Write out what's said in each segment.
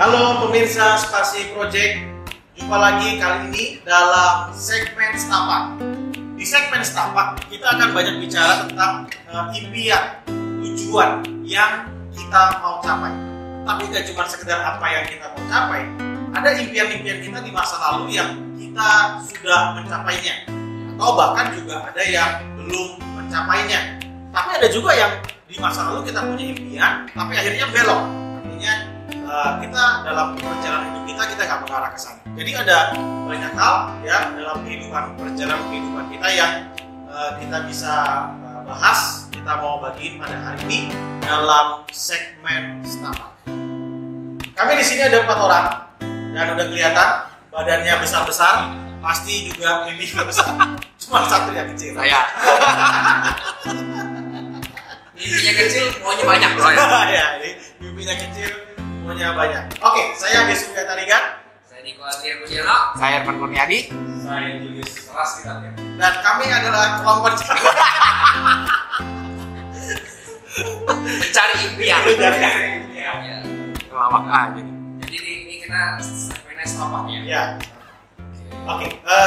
Halo pemirsa Spasi Project, jumpa lagi kali ini dalam segmen Setapak. Di segmen Setapak kita akan banyak bicara tentang impian, tujuan yang kita mau capai. Tapi tidak cuma sekedar apa yang kita mau capai, ada impian-impian kita di masa lalu yang kita sudah mencapainya, atau bahkan juga ada yang belum mencapainya. Tapi ada juga yang di masa lalu kita punya impian, tapi akhirnya belok. Artinya kita dalam perjalanan hidup kita nggak mengarah ke sana. Jadi ada banyak hal ya dalam perjalanan kehidupan kita yang kita bisa bahas. Kita mau bagiin pada hari ini dalam segmen Setapak. Kami di sini ada 4 orang dan udah kelihatan badannya besar-besar, pasti juga mimpinya besar. Cuma satu yang kecil. Saya. Mimpinya kecil, maunya banyak loh ya. Ya, ini mimpinya kecil, maunya banyak. Oke, saya Desuga Tarigan. Saya Niko Adrian Kusiano. Saya Irfan Kurniadi. Saya Julius Ras kita. Dan kami adalah kelompok mencari impian. Ya. Lawak aja. Jadi ini kita segmennya Setapak ya. Ya. Oke.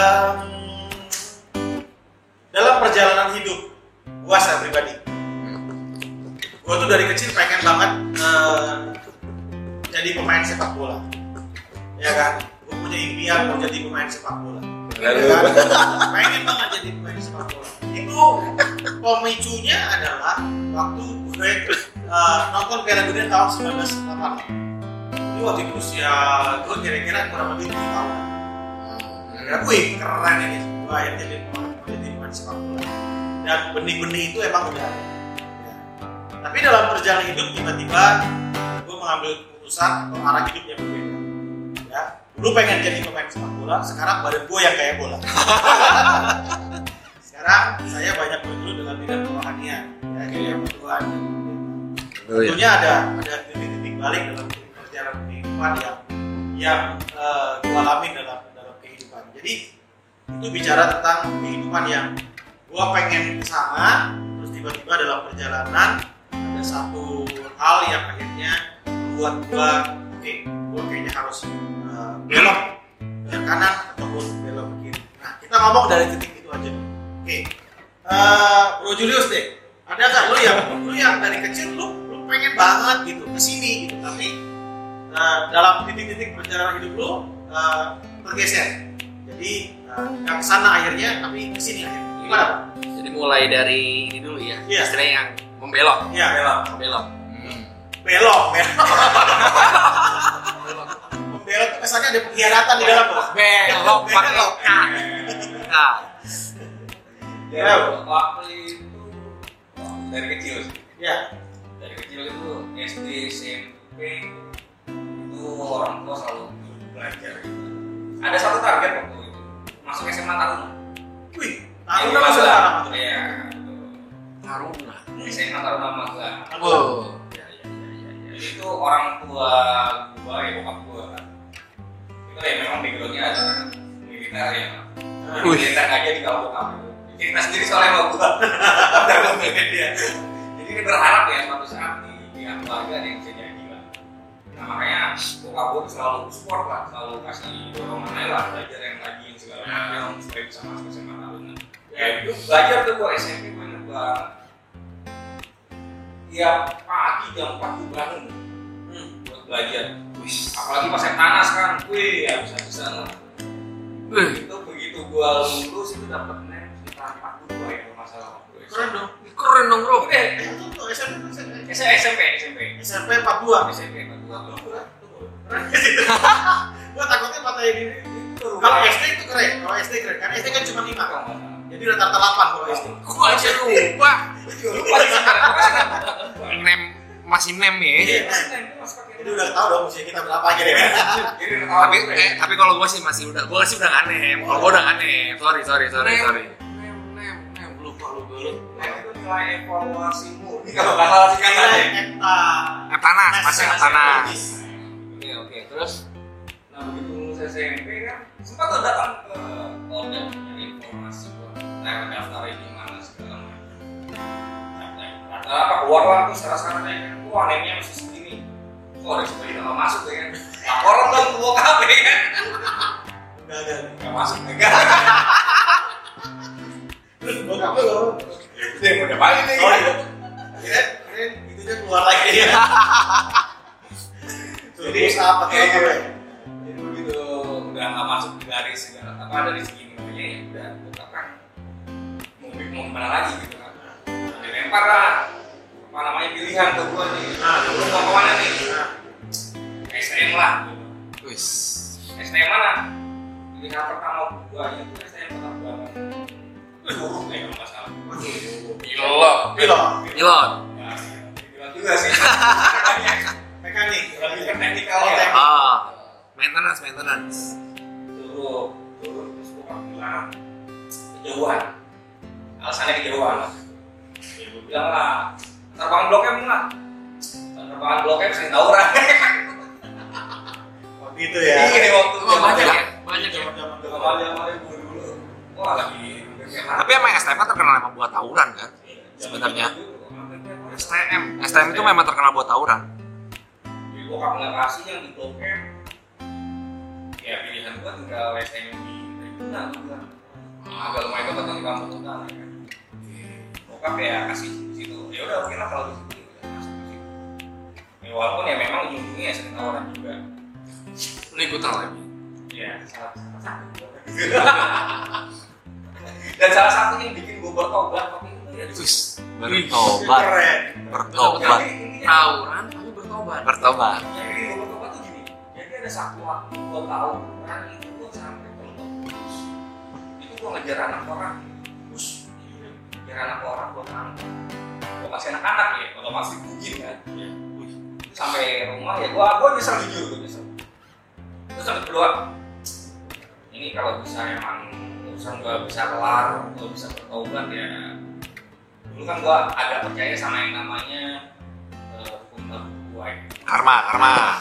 Dalam perjalanan hidup gua saya pribadi, gua tuh dari kecil pengen banget jadi pemain sepak bola. Ya kan? Gua punya impian mau jadi pemain sepak bola. Ya kan? Pengen banget jadi pemain sepak bola. Itu pemicunya adalah waktu gue nonton Piala Dunia tahun 1988. Ini waktu itu usia gue kira-kira kurang lebih 7 tahun. Ya, wih keren ini. Gue akhirnya jadi pemain sepak bola. Dan benih-benih itu emang udah ada. Ya. Tapi dalam perjalanan hidup tiba-tiba gue mengambil keputusan atau arah hidup yang berbeda. Ya, dulu pengen jadi pemain sepak bola, sekarang badan gue yang kayak bola. Sekarang saya banyak bergelut dalam bidang kerohanian, ya, kayak Tuhan. Tentunya ada titik-titik balik dalam perjalanan kehidupan yang gue alami dalam kehidupan. Jadi itu bicara tentang kehidupan yang gue pengen kesana, terus tiba-tiba dalam perjalanan ada satu hal yang akhirnya membuat gue gue kayaknya harus belok ke kanan ataupun belok ke kiri. Nah, kita ngomong dari titik itu aja. Oke, Bro Julius deh, ada nggak lu yang dari kecil lu pengen banget gitu kesini gitu, tapi dalam titik-titik perjalanan hidup lu tergeser, jadi nggak kesana akhirnya, tapi kesini akhirnya. Gimana? Jadi mulai dari ini dulu ya. Iya. Istilahnya yang membelok. Iya, Membelok. belok. Membelok tuh kesannya ada pengkhianatan di dalam bos. Belok pakai K. Nah. Ya, waktu itu dari kecil sih. Ya. Dari kecil itu SD, SMP itu orang tua selalu belajar. Ada satu target waktu itu, masuk SMA Taruna. Wih, Taruna masuk sekarang. Iya. Taruna. SMA Taruna Magelang. Oh. Jadi itu orang tua gua ya, bokap gua kan. Itu ya memang backgroundnya ada militer ya. Militer aja di bawah bokap. Kita sendiri soalnya mau gua. Udah ngomongin dia. Jadi ini berharap ya suatu saat di keluarga ada yang bisa jadi lah. Nah makanya bokap gua selalu support lah, selalu kasih dorongan lah, belajar yang rajin segala macam supaya bisa masuk SMA Taruna. Ya itu belajar tuh gua SMP gua ingat banget. Tiap pagi jam 4 gue bangun buat belajar. Apalagi pas panas kan, ya bisa lah. Itu begitu gue lulus itu dapat nem sekitar 42 ya kalau masalah waktu itu. Keren dong bro. Oke. Itu SMP. SMP 42. SMP 42. Gua takutnya patahin ini. Kalau SD itu keren, karena SD kan cuma 5 kan. Jadi rata-rata 8 kalau SD. Gua aja lupa. Nem masih nem ya. Jadi udah tahu dong usia kita berapa aja deh. Tapi kalau gua sih masih udah nggak nem. Kalau gua udah nggak nem. Sorry. Nem lupa lu dulu. Nem itu nilai evaluasimu. Ini kalau nggak salah sih katanya. Panas, masih panas. Oke. Terus nah begitu lulus SMP kan sempat tuh datang ke Polda nyari informasi buat daftar di mana segala macam. Keluar lah tuh syarat-syaratnya kan. Wah, nemnya masih segini. Oh, ada seperti nama masuk ya kan. Orang dong gua kafe kan. Enggak masuk enggak. Terus bokap lo. Dia udah balik nih. Oh iya. Keren, itunya keluar lagi ya. Jadi apa iya. apa? Jadi begitu udah nggak masuk di garis segala apa dari segi nilainya ya udah bokap kan mau kemana lagi gitu kan. Dilempar lah. Apa namanya pilihan ke gua nih. Lu mau kemana nih? STM lah. Wis. STM mana? Pilihan pertama gua itu STM Kota Bangun. Buruk ya kalau nggak salah. Pilot. Pilot juga sih. Mekanik. Lebih ke teknikal ya. Maintenance. Turun terus gua bilang kejauhan. Alasannya kejauhan. Ya gua bilang lah terbang Blok M lah. Terbang Blok M sering tawuran. Oh gitu ya. Iya waktu Banyak ya? Zaman-zaman gua dulu. Wah lagi. Tapi emang STM kan terkenal emang buat tawuran kan? Sebenarnya. STM itu memang terkenal buat tawuran. Jadi bokap nggak kasih yang di Blok M. Ya pilihan gua tinggal STM di Tribuna juga. Agak lumayan dekat yang di kampung utara kan. Bokap ya kasih di situ. Ya udah oke lah kalau di situ ya masuk di situ. Ya walaupun ya memang ujung-ujungnya ya sering tawaran juga. Lu ikutan lagi. Iya, salah satu. Dan salah satu yang bikin gue bertobat waktu itu ya Wis, bertobat. Keren. Bertobat. Tawuran tapi bertobat. Bertobat. Yang bikin gue bertobat tuh gini. Jadi ada satu waktu gue tawuran itu gue sampai peluk. Itu gue ngejar anak orang. Bus. Ngejar anak orang gue tangkap. Gue masih anak-anak ya, kalau masih bugin kan. Sampai rumah ya gue nyesel jujur, gue nyesel. Terus sampai berdoa. Ini kalau bisa emang urusan gue bisa kelar, gue bisa bertobat ya. Dulu kan gue agak percaya sama yang namanya hukum terbuai. Karma.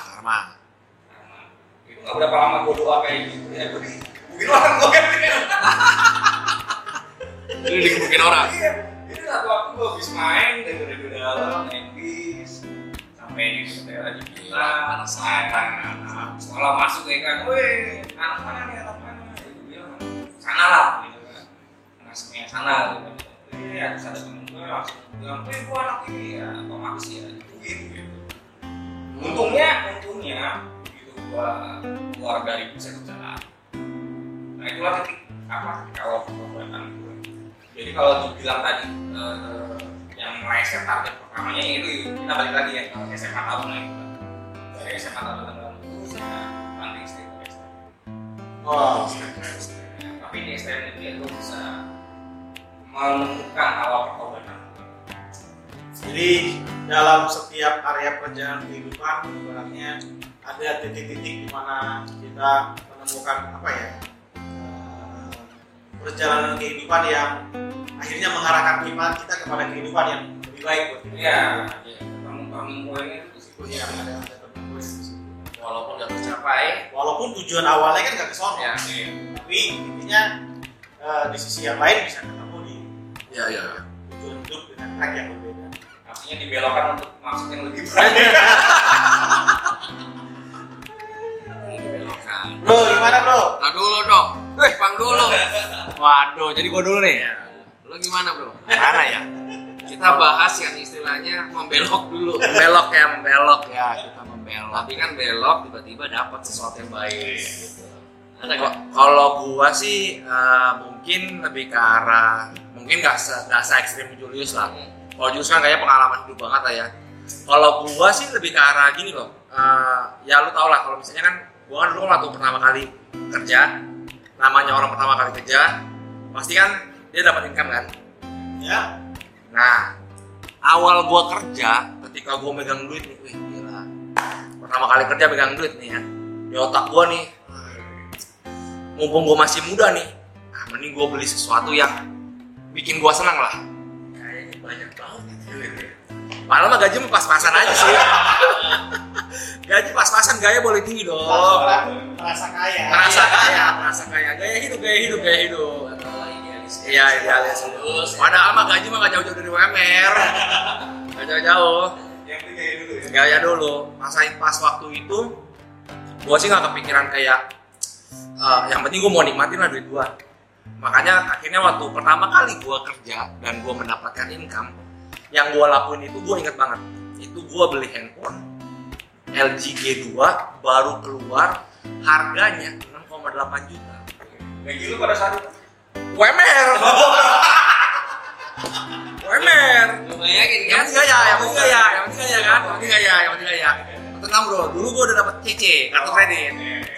Itu nggak berapa lama gue doa kayak gitu ya, gue digebukin orang gue kan. Lu digebukin orang. Iya. Jadi satu waktu gue habis main dari dalam main bis sampai di hotel lagi bilang setelah masuk ya kan, weh anak mana nih anak mana? Sana lah gitu kan, anak semuanya sana gitu. Ya terus ada temen gue langsung bilang, gue anak ini ya otomatis ya gitu. Untungnya begitu gue keluar dari pusat jalan. Nah itulah titik awal perbuatan gue. Jadi kalau dibilang tadi yang meleset target pertamanya itu kita balik lagi ya ke SMA tahunan itu. Dari SMA tahunan itu saya banding step by step. Oh. Tapi di STM itu ya gue bisa menemukan awal pertobatan. Jadi dalam setiap area perjalanan kehidupan, ibaratnya ada titik-titik di mana kita menemukan perjalanan kehidupan yang akhirnya mengarahkan kita kepada kehidupan yang lebih baik buat kita. Iya. Kamu poinnya di situ Ya, ada tertentu di situ. Walaupun gak tercapai. Walaupun tujuan awalnya kan nggak ke sono, Ya. tapi intinya di sisi yang lain bisa ketemu di Ya. tujuan hidup dengan track yang berbeda. artinya dibelokkan untuk maksud yang lebih banyak. Bro, gimana bro? Nah dulu dong. Pang dulu. Waduh, jadi gua dulu nih. Lu gimana bro? Mana ya? Kita bahas yang istilahnya membelok dulu. Membelok ya. Kita membelok. Tapi kan belok tiba-tiba dapat sesuatu yang baik. Gitu. Kalau gua sih mungkin lebih ke arah, mungkin nggak se ekstrim Julius lah. Kalau Julius kan kayaknya pengalaman hidup banget lah ya. Kalau gua sih lebih ke arah gini loh. Ya lu tau lah kalau misalnya kan gua kan dulu waktu pertama kali kerja, namanya orang pertama kali kerja, pasti kan dia dapat income kan. Ya. Nah, awal gua kerja, ketika gua megang duit nih, wih gila. Pertama kali kerja megang duit nih ya. Di otak gua nih, mumpung gua masih muda nih, mending gua beli sesuatu yang bikin gua senang lah. Kayaknya banyak banget gitu. Padahal mah gaji pas-pasan aja sih. Gaji pas-pasan, gaya boleh tinggi dong. Merasa kaya. Merasa kaya. Gaya hidup. Iya, idealis. Padahal mah gaji mah gak jauh-jauh dari UMR. Gak jauh-jauh. Yang penting gaya dulu ya. Gaya dulu. Pas waktu itu gue sih nggak kepikiran kayak yang penting gue mau nikmatin lah duit gue. Makanya akhirnya waktu pertama kali gue kerja dan gue mendapatkan income, yang gue lakuin itu gue inget banget, itu gue beli handphone LG G2 baru keluar, harganya 6,8 juta. Gaji lu pada saat itu? UMR. UMR. Lumayan kan? Yang penting gaya. Tenang bro, dulu gue udah dapet CC, kartu kredit,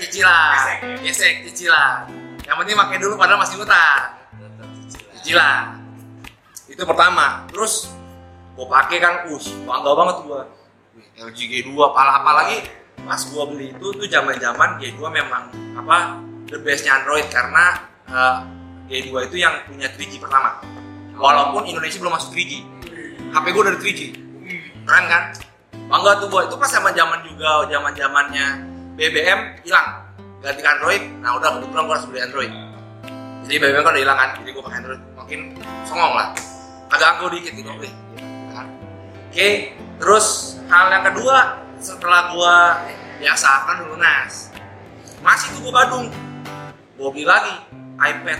cicilan. Yang penting pakai dulu padahal masih utang. Cicilan. Itu pertama. Terus gue pakai kan, bangga banget gue. LG G2, apalagi pas gue beli itu tuh zaman G2 memang the bestnya Android karena G2 itu yang punya 3G pertama. Walaupun Indonesia belum masuk 3G. HP gue dari 3G. Keren kan? Bangga tuh gue. Itu pas zamannya BBM hilang. Ganti ke Android. Nah udah kebetulan gue harus beli Android. Jadi BBM kan udah hilang kan. Jadi gue pakai Android. Makin songong lah. Agak angkuh dikit gitu. Oke. Terus hal yang kedua, setelah gue biasa kan dulu lunas. Masih tuh gue Badung. Gue beli lagi iPad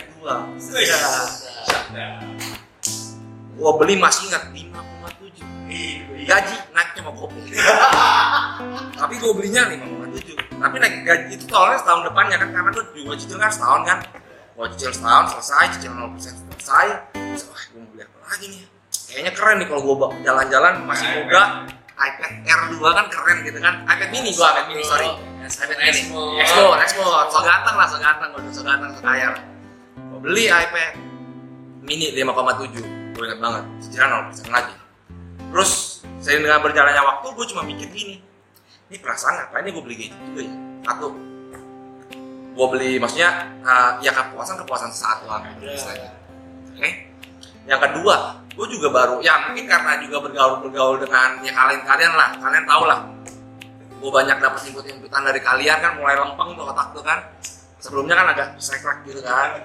2. Gue beli masih ingat 5,7. Gaji naiknya mau kopi. Tapi gue belinya 5,7. Tapi naik gaji itu tolongnya setahun depannya kan, karena gue juga cicil kan setahun kan. Gue cicil setahun selesai, cicil 0% selesai. Wah gue mau beli apa lagi nih? Kayaknya keren nih kalau gue jalan-jalan masih moga. iPad R2 kan keren gitu kan. iPad mini, iPad mini. Expo. So ganteng, so kaya lah. Gue beli iPad mini 5,7. Gue ingat banget, cicilan 0% lagi. Terus seiring dengan berjalannya waktu, gue cuma mikir gini, ini perasaan ngapain nih gue beli gadget juga ya? Satu, gue beli maksudnya ya kepuasan sesaat doang. Oke. Yang kedua, gue juga baru, ya mungkin karena juga bergaul dengan ya kalian lah, kalian tau lah. Gue banyak dapat input-inputan dari kalian kan, mulai lempeng tuh otak tuh kan. Sebelumnya kan agak seklek gitu kan,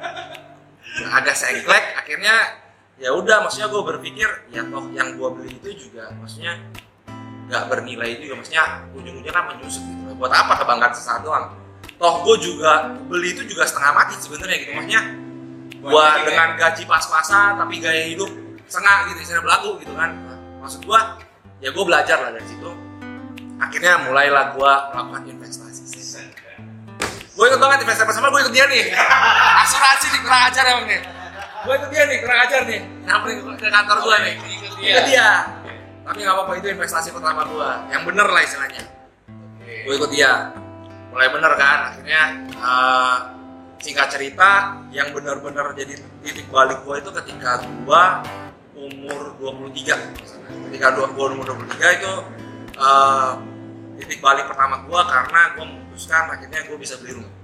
akhirnya ya udah, maksudnya gue berpikir ya toh yang gue beli itu juga maksudnya nggak bernilai juga, maksudnya ujung-ujungnya kan menyusut gitu. Buat apa kebanggaan sesaat doang? Toh gue juga beli itu juga setengah mati sebenarnya gitu, maksudnya gue dengan gaji pas-pasan tapi gaya hidup setengah gitu, istilah belagu gitu kan. Maksud gue ya gue belajar lah dari situ. Akhirnya mulailah gue melakukan investasi. Gue ikut banget investasi pertama, gue ikut dia nih. Asuransi nih kurang ajar emang nih. Gue ikut dia nih, kurang ajar nih. Nyamperin ke kantor gue nih. Ikut dia. Tapi gak apa-apa, itu investasi pertama gue. Yang bener lah istilahnya. Gue ikut dia. Mulai bener kan, akhirnya singkat cerita, yang bener-bener jadi titik balik gue itu ketika gue umur 23. Ketika gue umur 23 itu titik balik pertama gue karena gue memutuskan akhirnya gue bisa beli rumah.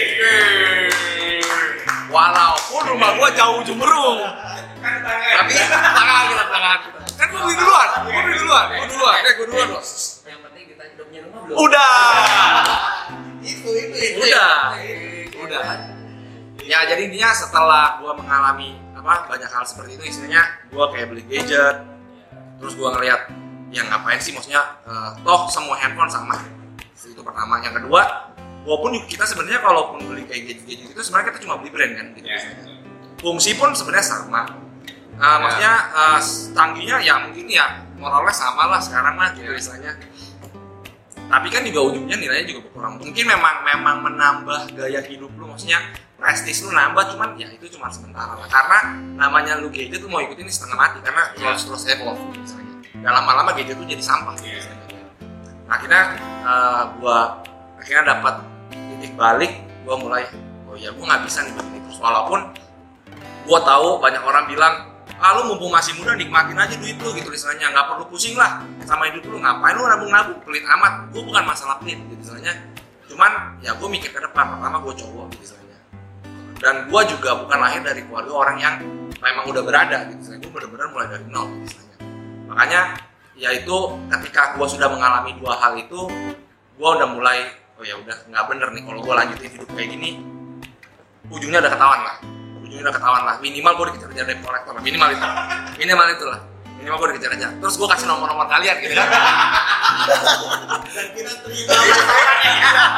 Walaupun rumah gue jauh Jemberung, tapi tangan kita. Kan gue beli duluan. Gue duluan. Yang penting kita udah punya rumah belum? Udah. Itu. Udah. Ya jadi intinya setelah gue mengalami banyak hal seperti itu, istilahnya gue kayak beli gadget, terus gue ngeliat yang ngapain sih, maksudnya toh semua handphone sama. Itu pertama. Yang kedua, walaupun kita sebenarnya kalaupun beli kayak gadget itu sebenarnya kita cuma beli brand kan gitu. Fungsi pun sebenarnya sama. Maksudnya canggihnya ya mungkin ya moralnya sama lah sekarang lah gitu istilahnya. Tapi kan juga ujungnya nilainya juga berkurang. Mungkin memang menambah gaya hidup lu, maksudnya prestis lu nambah, cuman ya itu cuma sementara lah. Karena namanya lu gadget tuh mau ikutin ini setengah mati karena terus evolve misalnya. Dan lama-lama gadget tuh jadi sampah gitu. Akhirnya gua dapat titik balik, gua mulai oh ya gua nggak bisa nih begini terus. Walaupun gua tahu banyak orang bilang lu mumpung masih muda nikmatin aja duit lu gitu istilahnya, nggak perlu pusing lah sama hidup lu, ngapain lu nabung-nabung pelit amat. Gua bukan masalah pelit gitu istilahnya, cuman ya gua mikir ke depan. Pertama gua cowok gitu istilahnya, dan gua juga bukan lahir dari keluarga orang yang memang udah berada gitu istilahnya. Gua benar-benar mulai dari nol gitu istilahnya. Makanya ya itu ketika gua sudah mengalami dua hal itu, gua udah mulai oh ya udah nggak bener nih kalau gua lanjutin hidup kayak gini, ujungnya udah ketahuan lah. Minimal gue dikejar-kejar debt collector lah, minimal itulah. Minimal gue dikejar-kejar. Terus gue kasih nomor-nomor kalian gitu kan. Dan kita terima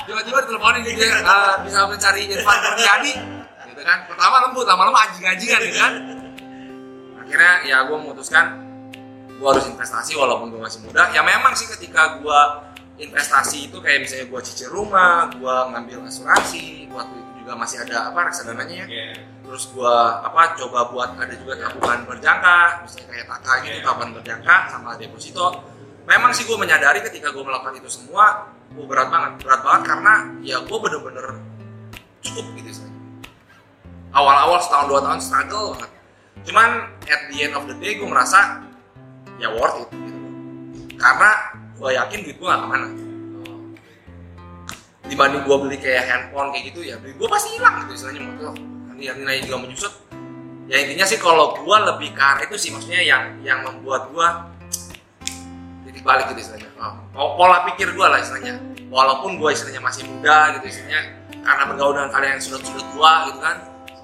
tiba-tiba diteleponin gitu ya, bisa mencari Irfan Kurniadi gitu kan. Pertama lembut, lama-lama anjing-anjingan gitu kan. Akhirnya ya gue memutuskan gue harus investasi walaupun gue masih muda. Ya memang sih ketika gue investasi itu kayak misalnya gue cicil rumah, gue ngambil asuransi, waktu itu juga masih ada reksadananya ya. Terus gue coba buat ada juga tabungan berjangka, misalnya kayak Taka gitu, tabungan berjangka sama deposito. Memang sih gue menyadari ketika gue melakukan itu semua, gue berat banget karena ya gue bener-bener cukup gitu sebenarnya. Awal-awal setahun 2 tahun struggle banget. Cuman at the end of the day gue merasa ya worth it gitu. Karena gue yakin duit gue gak kemana. Dibanding gue beli kayak handphone kayak gitu ya, duit gue pasti hilang gitu istilahnya. Nilai juga menyusut. Ya intinya sih kalau gue lebih ke arah itu sih, maksudnya yang membuat gue titik balik gitu istilahnya. Pola pikir gue lah istilahnya. Walaupun gue istilahnya masih muda gitu istilahnya, karena bergaul dengan kalian yang sudut-sudut tua gitu kan.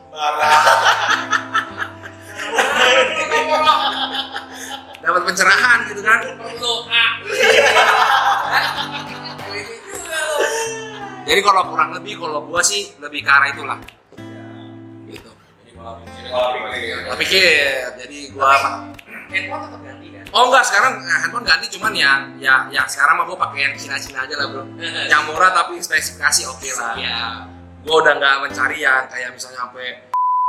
Dapat pencerahan gitu kan. Jadi kalau kurang lebih kalau gue sih lebih ke arah itulah. Gitu. Jadi pikir. Jadi gue handphone tetap ganti kan? Oh enggak, sekarang handphone ganti, cuman ya sekarang mah gue pakai yang Cina-Cina aja lah bro. Yang murah tapi spesifikasi oke lah. Iya. Gue udah nggak mencari yang kayak misalnya sampai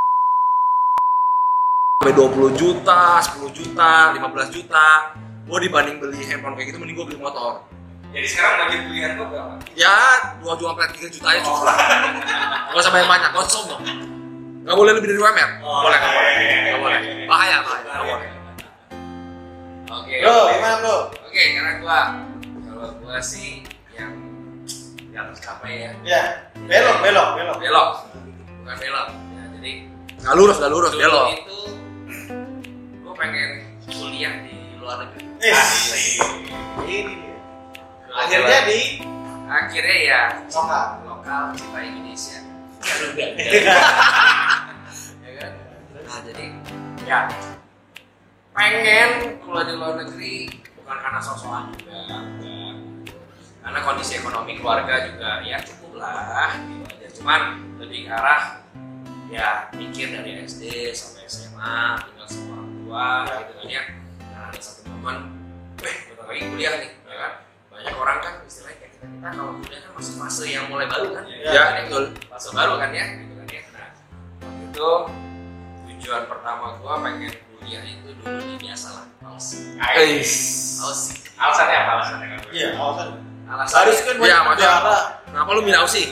20 juta, 10 juta, 15 juta. Gue dibanding beli handphone kayak gitu mending gue beli motor. Jadi sekarang budget pilihan lo berapa? Ya 2,3 juta aja cukup lah. Gak usah banyak-banyak, gak usah sombong. Gak boleh lebih dari UMR. Gak boleh. Bahaya. Gak boleh. Oke. Bro, gimana bro? Oke, karena kalau gua sih yang di atas capai ya. Ya, belok. Bukan belok. Ya, jadi Gak lurus, belok. Itu gua pengen kuliah di luar negeri. Ini dia. Akhirnya ya lokal cinta Indonesia. Ya kan? Nah, jadi ya pengen kuliah di luar negeri bukan karena sok-sokan juga, karena kondisi ekonomi keluarga juga ya cukup lah gitu aja. Cuman lebih ke arah ya mikir dari SD sampai SMA tinggal sama orang tua gitu kan ya. Nah ada satu momen, bentar lagi kuliah nih ya kan. Banyak orang kan istilahnya kayak kita kalau kuliah kan masih fase yang mulai baru kan Ya, betul. fase baru kan ya gitu kan ya. Nah waktu itu tujuan pertama gua pengen kuliah itu dulu di biasalah Aussie. Alasannya apa alasannya kan? Iya, alasan. Alasannya Harus kan Iya, banyak negara. Kenapa lu milih Aussie?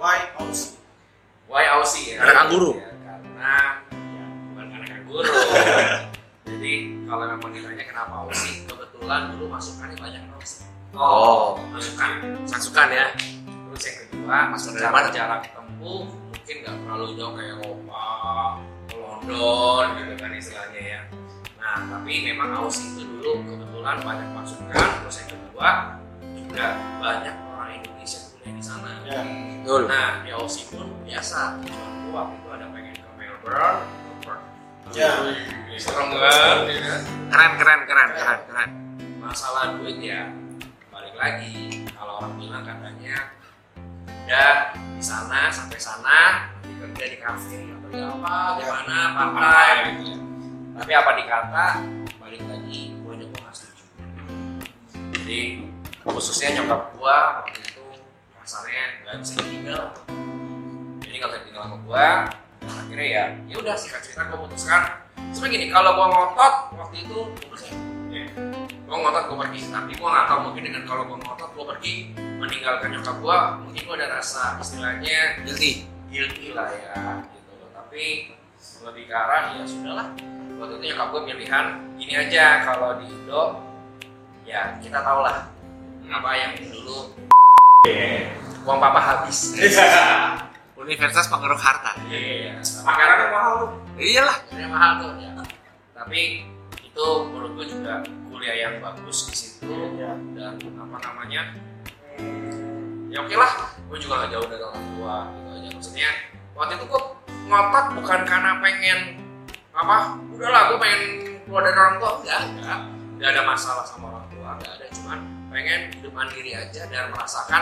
why Aussie ya? Karena kanguru. Ya, karena ya, bukan karena kanguru. Jadi kalau memang ditanya kenapa Aussie, kebetulan dulu masukannya banyak Aussie. Masukan ya. Terus yang kedua, Dari jarak tempuh mungkin nggak terlalu jauh kayak Eropa, London gitu kan istilahnya ya. Nah tapi memang Aussie itu dulu kebetulan banyak masukan. Terus yang kedua juga banyak orang Indonesia kuliah di sana. Ya. Betul. Nah di Aussie pun biasa. Tujuan gua waktu itu ada pengen ke Melbourne. Ya. Serem kan? Ya kan? Keren. Masalah duit ya balik lagi. Kalau orang bilang katanya udah di sana sampai sana nanti kerja di kafe atau di apa gimana pantai gitu ya. Tapi apa dikata balik lagi gue juga nggak setuju. Jadi khususnya nyokap gue waktu itu kasarnya nggak bisa ditinggal, jadi nggak bisa ditinggal sama gue. Akhirnya ya udah singkat cerita gue putuskan sebenarnya gini, kalau gue ngotot waktu itu gue ngotot gue pergi, tapi gue nggak tahu mungkin dengan kalau gue ngotot gue pergi meninggalkan nyokap gue, mungkin gue ada rasa istilahnya guilty lah ya gitu. Tapi lebih ke arah ya sudahlah, waktu itu nyokap gue pilihan gini aja, kalau di Indo ya kita tahu lah apa yang dulu uang papa habis. Universitas pengaruh harta. Iya, makanan kan mahal tuh. Iyalah. Ini mahal tuh ya. Tapi itu menurut gue juga kuliah yang bagus di situ dan apa namanya ya oke lah, gue juga gak jauh dari orang tua gitu aja. Maksudnya waktu itu gue ngotot bukan karena pengen apa, udahlah gue pengen keluar dari orang tua, enggak ada masalah sama orang tua, enggak ada, cuman pengen hidup mandiri aja dan merasakan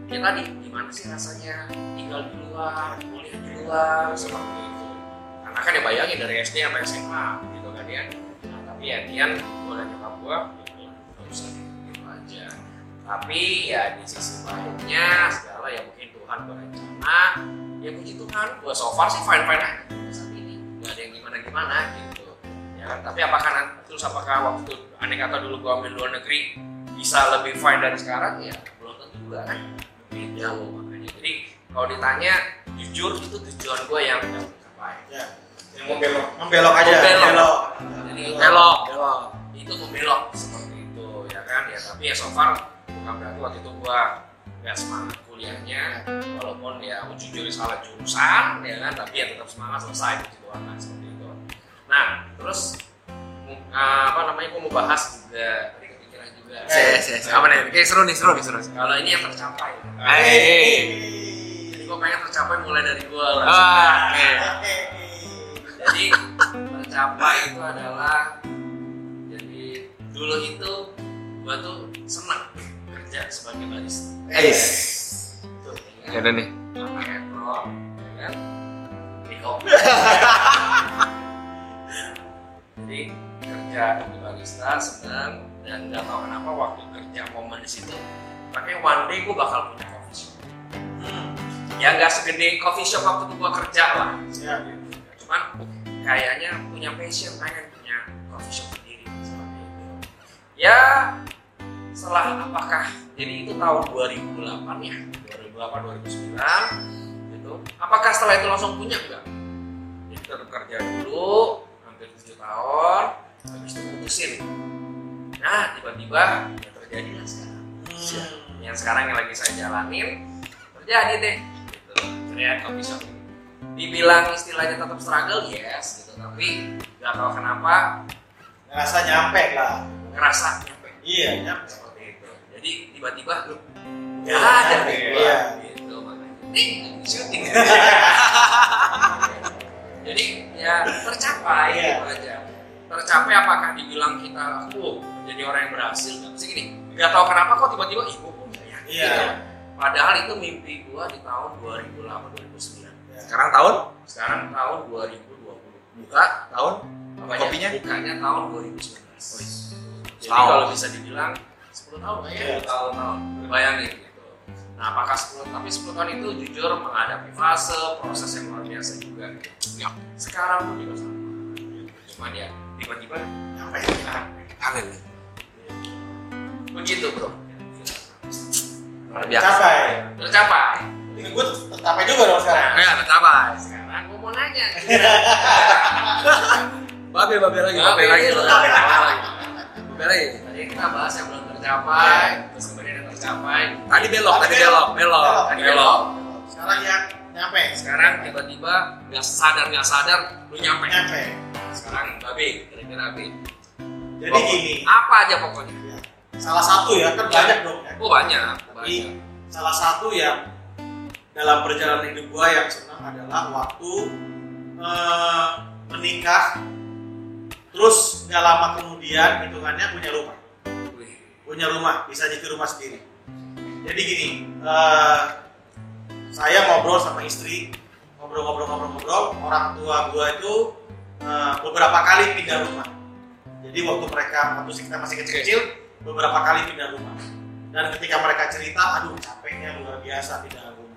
ya tadi gimana sih rasanya tinggal di luar, kuliah di luar seperti itu. Karena kan ya bayangin dari SD sampai SMA gitu kan ya. Nah, tapi ya Dian gue dan nyokap gue nggak usah gitu aja. Tapi ya di sisi lainnya segala ya mungkin Tuhan berencana, ya puji Tuhan gue so far sih fine aja saat ini, nggak ada yang gimana gitu ya kan. Tapi apakah waktu andai kata dulu gue ambil luar negeri bisa lebih fine dari sekarang, ya belum tentu juga kan. Jauh makanya. Jadi kalau ditanya jujur itu tujuan gue yang udah tercapai. Ya. Yang Membelok aja. Membelok. Jadi belok. Itu membelok seperti itu ya kan. Ya tapi ya so far bukan berarti waktu itu gue nggak semangat kuliahnya, walaupun ya jujur salah jurusan ya kan, tapi ya tetap semangat selesai gitu kan seperti itu. Nah terus gue mau bahas juga. Apa nih? Kayak seru nih. Kalau ini yang tercapai. Jadi gue pengen tercapai mulai dari gue lah. Jadi tercapai itu adalah, jadi dulu itu gue tuh senang kerja sebagai barista. Ya Ada nih. Pakai pro, ya kan? Jadi kerja di barista senang. Dan nggak tahu kenapa waktu kerja momen di situ, makanya one day gue bakal punya coffee shop. Ya nggak segede coffee shop waktu itu gue kerja lah. Ya. Cuman kayaknya punya passion, pengen punya coffee shop sendiri seperti itu. Ya setelah apakah jadi itu tahun 2008 ya, 2008 2009 gitu. Apakah setelah itu langsung punya enggak? Jadi tetap kerja dulu hampir 7 tahun, habis itu putusin. Nah, tiba-tiba ya terjadilah sekarang. Yang sekarang yang lagi saya jalanin terjadi deh. Gitu. Ternyata coffee shop ini. Dibilang istilahnya tetap struggle, yes, gitu. Tapi nggak tahu kenapa Ngerasa nyampe lah. ngerasa nyampe. Iya, nyampe. Seperti itu. Jadi tiba-tiba nggak ada deh gua. Iya. Gitu makanya. Nih, syuting. Jadi ya tercapai gitu aja. Tercapai apakah dibilang kita jadi orang yang berhasil, nggak mesti gini, nggak tahu kenapa kok tiba-tiba gue punya ya. Iya. Gitu. Padahal itu mimpi gue di tahun 2008-2009. Sekarang tahun? Sekarang tahun 2020. Buka Tahun? apanya? Kopinya? Bukanya tahun 2019. Jadi Tahun. kalau bisa dibilang 10 tahun lah ya. Iya. 10 tahun. Bayangin gitu. Nah apakah 10 tahun itu jujur menghadapi fase proses yang luar biasa juga. Ya. Sekarang pun juga sama. Cuman ya tiba-tiba Nyampe. kangen. Begitu bro. Luar biasa. Tercapai. Ini gue tercapai juga dong sekarang. Ya tercapai. Sekarang gue mau nanya. Babe lagi. Tadi kita bahas yang belum tercapai, terus kemudian yang tercapai. Tadi belok. Sekarang yang nyampe. Sekarang tiba-tiba nggak sadar lu nyampe. Sekarang babe, kira-kira babe. Jadi gini. Apa aja pokoknya? Salah satu ya, kan banyak dong ya. Oh banyak. Jadi salah satu yang dalam perjalanan hidup gua yang senang adalah waktu menikah, terus nggak lama kemudian hitungannya punya rumah, bisa nyetir rumah sendiri. Jadi gini, saya ngobrol sama istri, ngobrol, orang tua gua itu beberapa kali pindah rumah. Jadi waktu kita masih kecil, beberapa kali pindah rumah. Dan ketika mereka cerita, aduh capeknya luar biasa pindah rumah.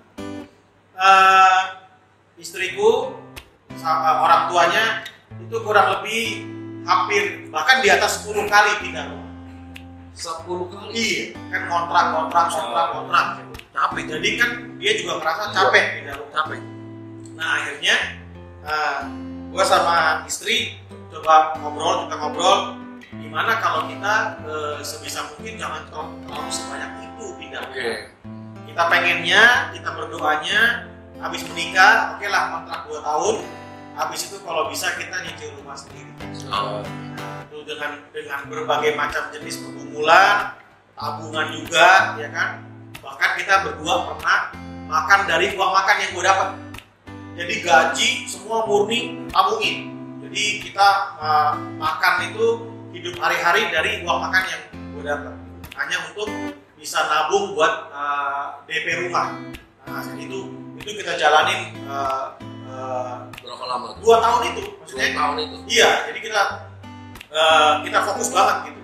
Istriku, orang tuanya itu kurang lebih hampir bahkan di atas 10 kali pindah rumah. 10 kali? Iya, kan kontrak. Capek. Jadi kan dia juga merasa capek pindah rumah. Capek. Nah akhirnya gue sama istri coba ngobrol, gimana kalau kita sebisa mungkin jangan terlalu sebanyak itu pindah rumah. Kita pengennya, kita berdoanya habis menikah, oke lah kontrak 2 tahun, habis itu kalau bisa kita nyicil rumah sendiri. Itu dengan berbagai macam jenis pergumulan, tabungan juga, ya kan. Bahkan kita berdua pernah makan dari uang makan yang gue dapat. Jadi gaji semua murni tabungin. Jadi kita makan itu hidup hari-hari dari uang makan yang gue dapat. Hanya untuk bisa nabung buat DP rumah. Nah, itu kita jalanin Berapa lama? 2 tahun itu, maksudnya. 2 tahun itu. Iya, jadi kita fokus banget gitu.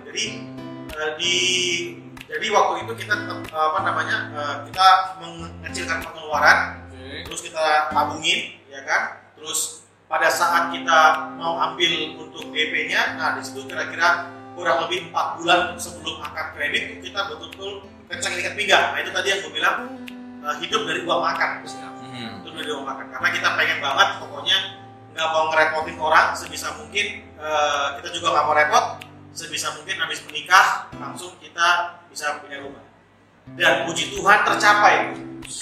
Jadi waktu itu kita kita mengecilkan pengeluaran, terus kita tabungin, ya kan. Terus pada saat kita mau ambil untuk DP-nya, nah di situ kira-kira kurang lebih 4 bulan sebelum akad kredit kita betul-betul kencang ikat pinggang. Nah itu tadi yang gue bilang hidup dari uang makan, hidup dari uang makan. Karena kita pengen banget, pokoknya nggak mau ngerepotin orang sebisa mungkin. Kita juga nggak mau repot, sebisa mungkin habis menikah langsung kita bisa punya rumah. Dan puji Tuhan tercapai.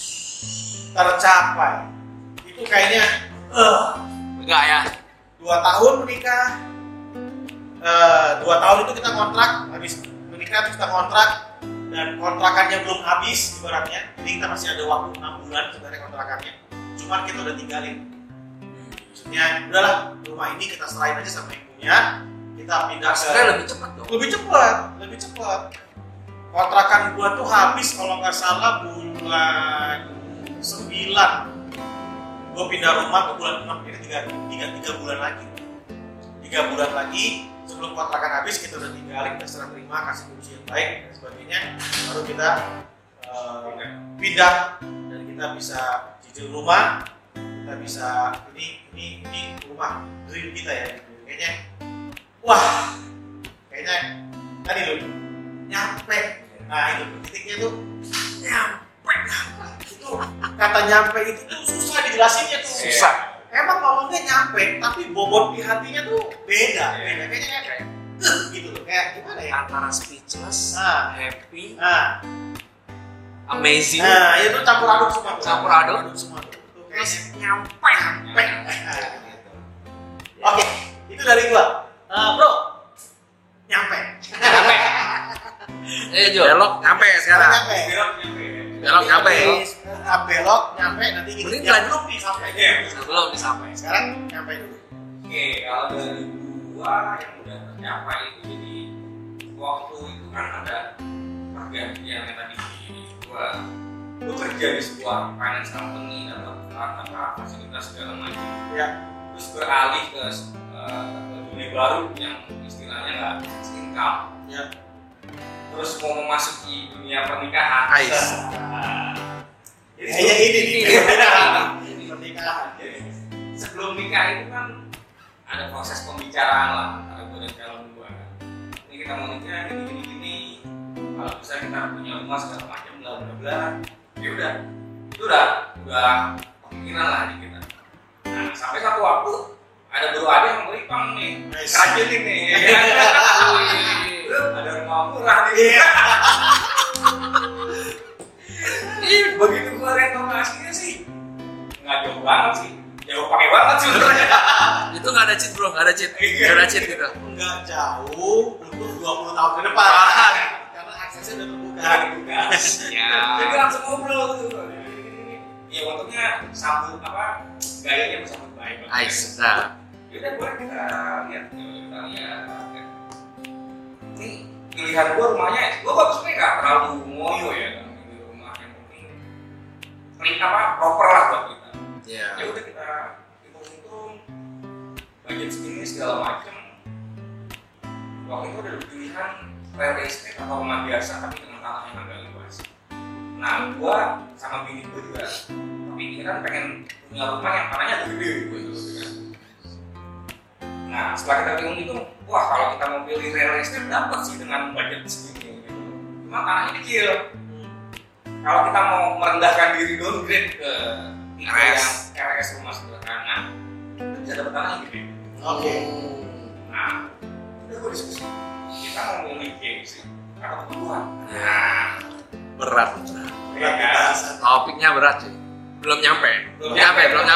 Itu kayaknya enggak ya? 2 tahun menikah, 2 tahun itu kita kontrak, habis menikah terus kita kontrak, dan kontrakannya belum habis ibaratnya, jadi kita masih ada waktu 6 bulan sebenarnya kontrakannya, cuman kita udah tinggalin. Maksudnya udahlah, rumah ini kita serahin aja sama yang punya, kita pindah ke lebih cepat dong. lebih cepat. Kontrakan gua tuh habis kalau nggak salah bulan 9. Gue pindah rumah ke bulan 6, jadi 3 bulan lagi. 3 bulan lagi sebelum kontrakan habis kita udah tinggalin, kita serah terima, kasih kunci yang baik dan sebagainya. Baru kita pindah dan kita bisa cicil rumah, kita bisa ini rumah dream kita ya. Kayaknya tadi lu nyampe. Nah itu titiknya tuh nyampe. Itu kata nyampe itu tuh susah dijelasinnya tuh. Susah. Emang ngomongnya nyampe, tapi bobot di hatinya tuh beda. Kayaknya kayak gitu loh, kayak gimana ya? Antara speechless, happy, amazing. Nah, itu campur aduk semua tuh. Campur aduk semua tuh. Terus nyampe. Oke, itu dari gua. Bro, nyampe. Jo, belok nyampe sekarang. Belok nyampe. Belok nyampe, nanti gini. Mending Belum disampai. Belum disampai. Sekarang nyampe dulu. Oke, kalau dari gua yang udah tercapai itu, jadi waktu itu kan ada pergantian yang tadi gua bekerja di sebuah finance company dan fasilitas segala macam. Ya. Terus beralih ke dunia baru yang istilahnya nggak income. Ya. Terus mau memasuki dunia pernikahan. Jadi pernikahan. Jadi sebelum nikah itu kan ada proses pembicaraan lah antara gue dan calon gue. Ini kita mau nikah gini. Kalau bisa kita punya rumah segala macam bla bla bla. Ya udah, itu udah kepikiran lah di kita. Nah sampai satu waktu ada baru ada yang beli pang nih, rajin nih. Ada rumah murah nih. Begitu gua renovasinya sih nggak jauh banget sih, jauh pakai banget sih sebenarnya. Itu nggak ada cheat bro, nggak ada cheat gitu. Nggak jauh untuk 20 tahun ke depan. Karena aksesnya udah terbuka. Ya. Jadi langsung ngobrol tuh. Ya untungnya sambut gayanya bersambut baik. Nice. Nah. Yaudah boleh kita lihat. Ini pilihan gua rumahnya, gua bagus nih nggak terlalu ngoyo ya. Proper lah buat kita. Ya udah kita hitung budget segini segala macam. Waktu itu ada pilihan real estate atau rumah biasa tapi dengan tanah yang agak luas. Nah, gua sama bini gua juga kepikiran pengen punya rumah yang tanahnya agak gede gitu kan. Nah, setelah kita bingung itu, wah kalau kita mau pilih real estate dapat sih dengan budget segini gitu. Cuma tanahnya kecil. Kalau kita mau merendahkan diri downgrade ke tipe yang RS rumah sederhana, kita bisa dapat tanah yang gede. Oke. Nah, udah gue diskusi. Kita mau milih gengsi atau kebutuhan. Nah, berat. Ya kan? Topiknya berat sih. Belum nyampe. Ya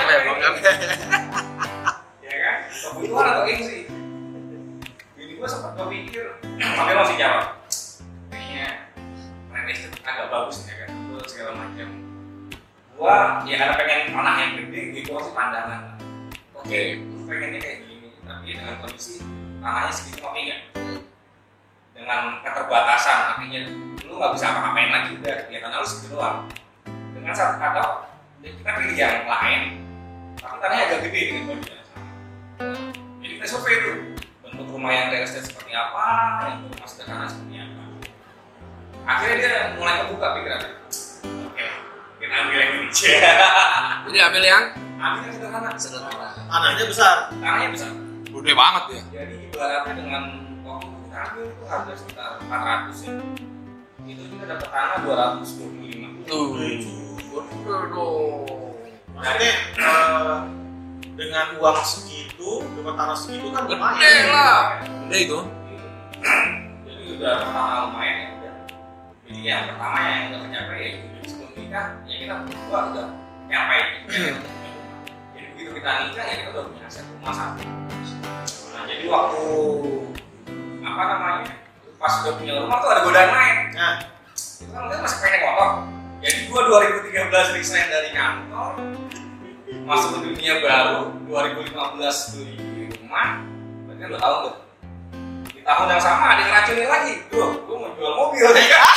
kan? Kebutuhan atau gengsi? Jadi gue sempat berpikir, makanya masih jawab. Kayaknya estate agak bagus ya kan, segala macam. Gua ya karena pengen tanah yang gede, gitu sih pandangan. Oke, pengennya kayak gini, tapi dengan kondisi tanahnya segitu oke nggak? Dengan keterbatasan, artinya lu lu nggak bisa apa-apain lagi, udah kegiatan lu segitu doang. Dengan satu kata kita pilih yang lain, tapi tanahnya agak gede dengan bajunya sama. Jadi kita survei tuh bentuk rumah yang real estate seperti apa, yang rumah sederhana seperti apa. Akhirnya dia mulai kebuka pikirannya. Oke, kita ambil yang ini. Jadi ambil yang sederhana. Tanahnya besar. Tanahnya besar. gede banget ya. Jadi ibaratnya dengan waktu kita ambil itu harga sekitar 400 ya. Itu kita dapat tanah 225. Tuh. Gede dong. Maksudnya dengan uang segitu, dengan tanah segitu kan Gede lumayan. lah. Gede itu. Jadi udah pertama lumayan ya udah. Jadi yang pertama yang udah tercapai ya sebelum nikah ya kita berdua udah nyampe. Jadi begitu kita nikah ya kita udah punya aset rumah satu. Nah jadi waktu apa namanya pas udah punya rumah tuh ada godaan lain. Nah, Itu kan kita masih pengen motor. Jadi gua 2013 resign dari kantor, masuk ke dunia baru. 2015 beli rumah. Berarti kan 2 tahun tuh. Di tahun yang sama ada yang racunin lagi. Bro, gua mau jual mobil.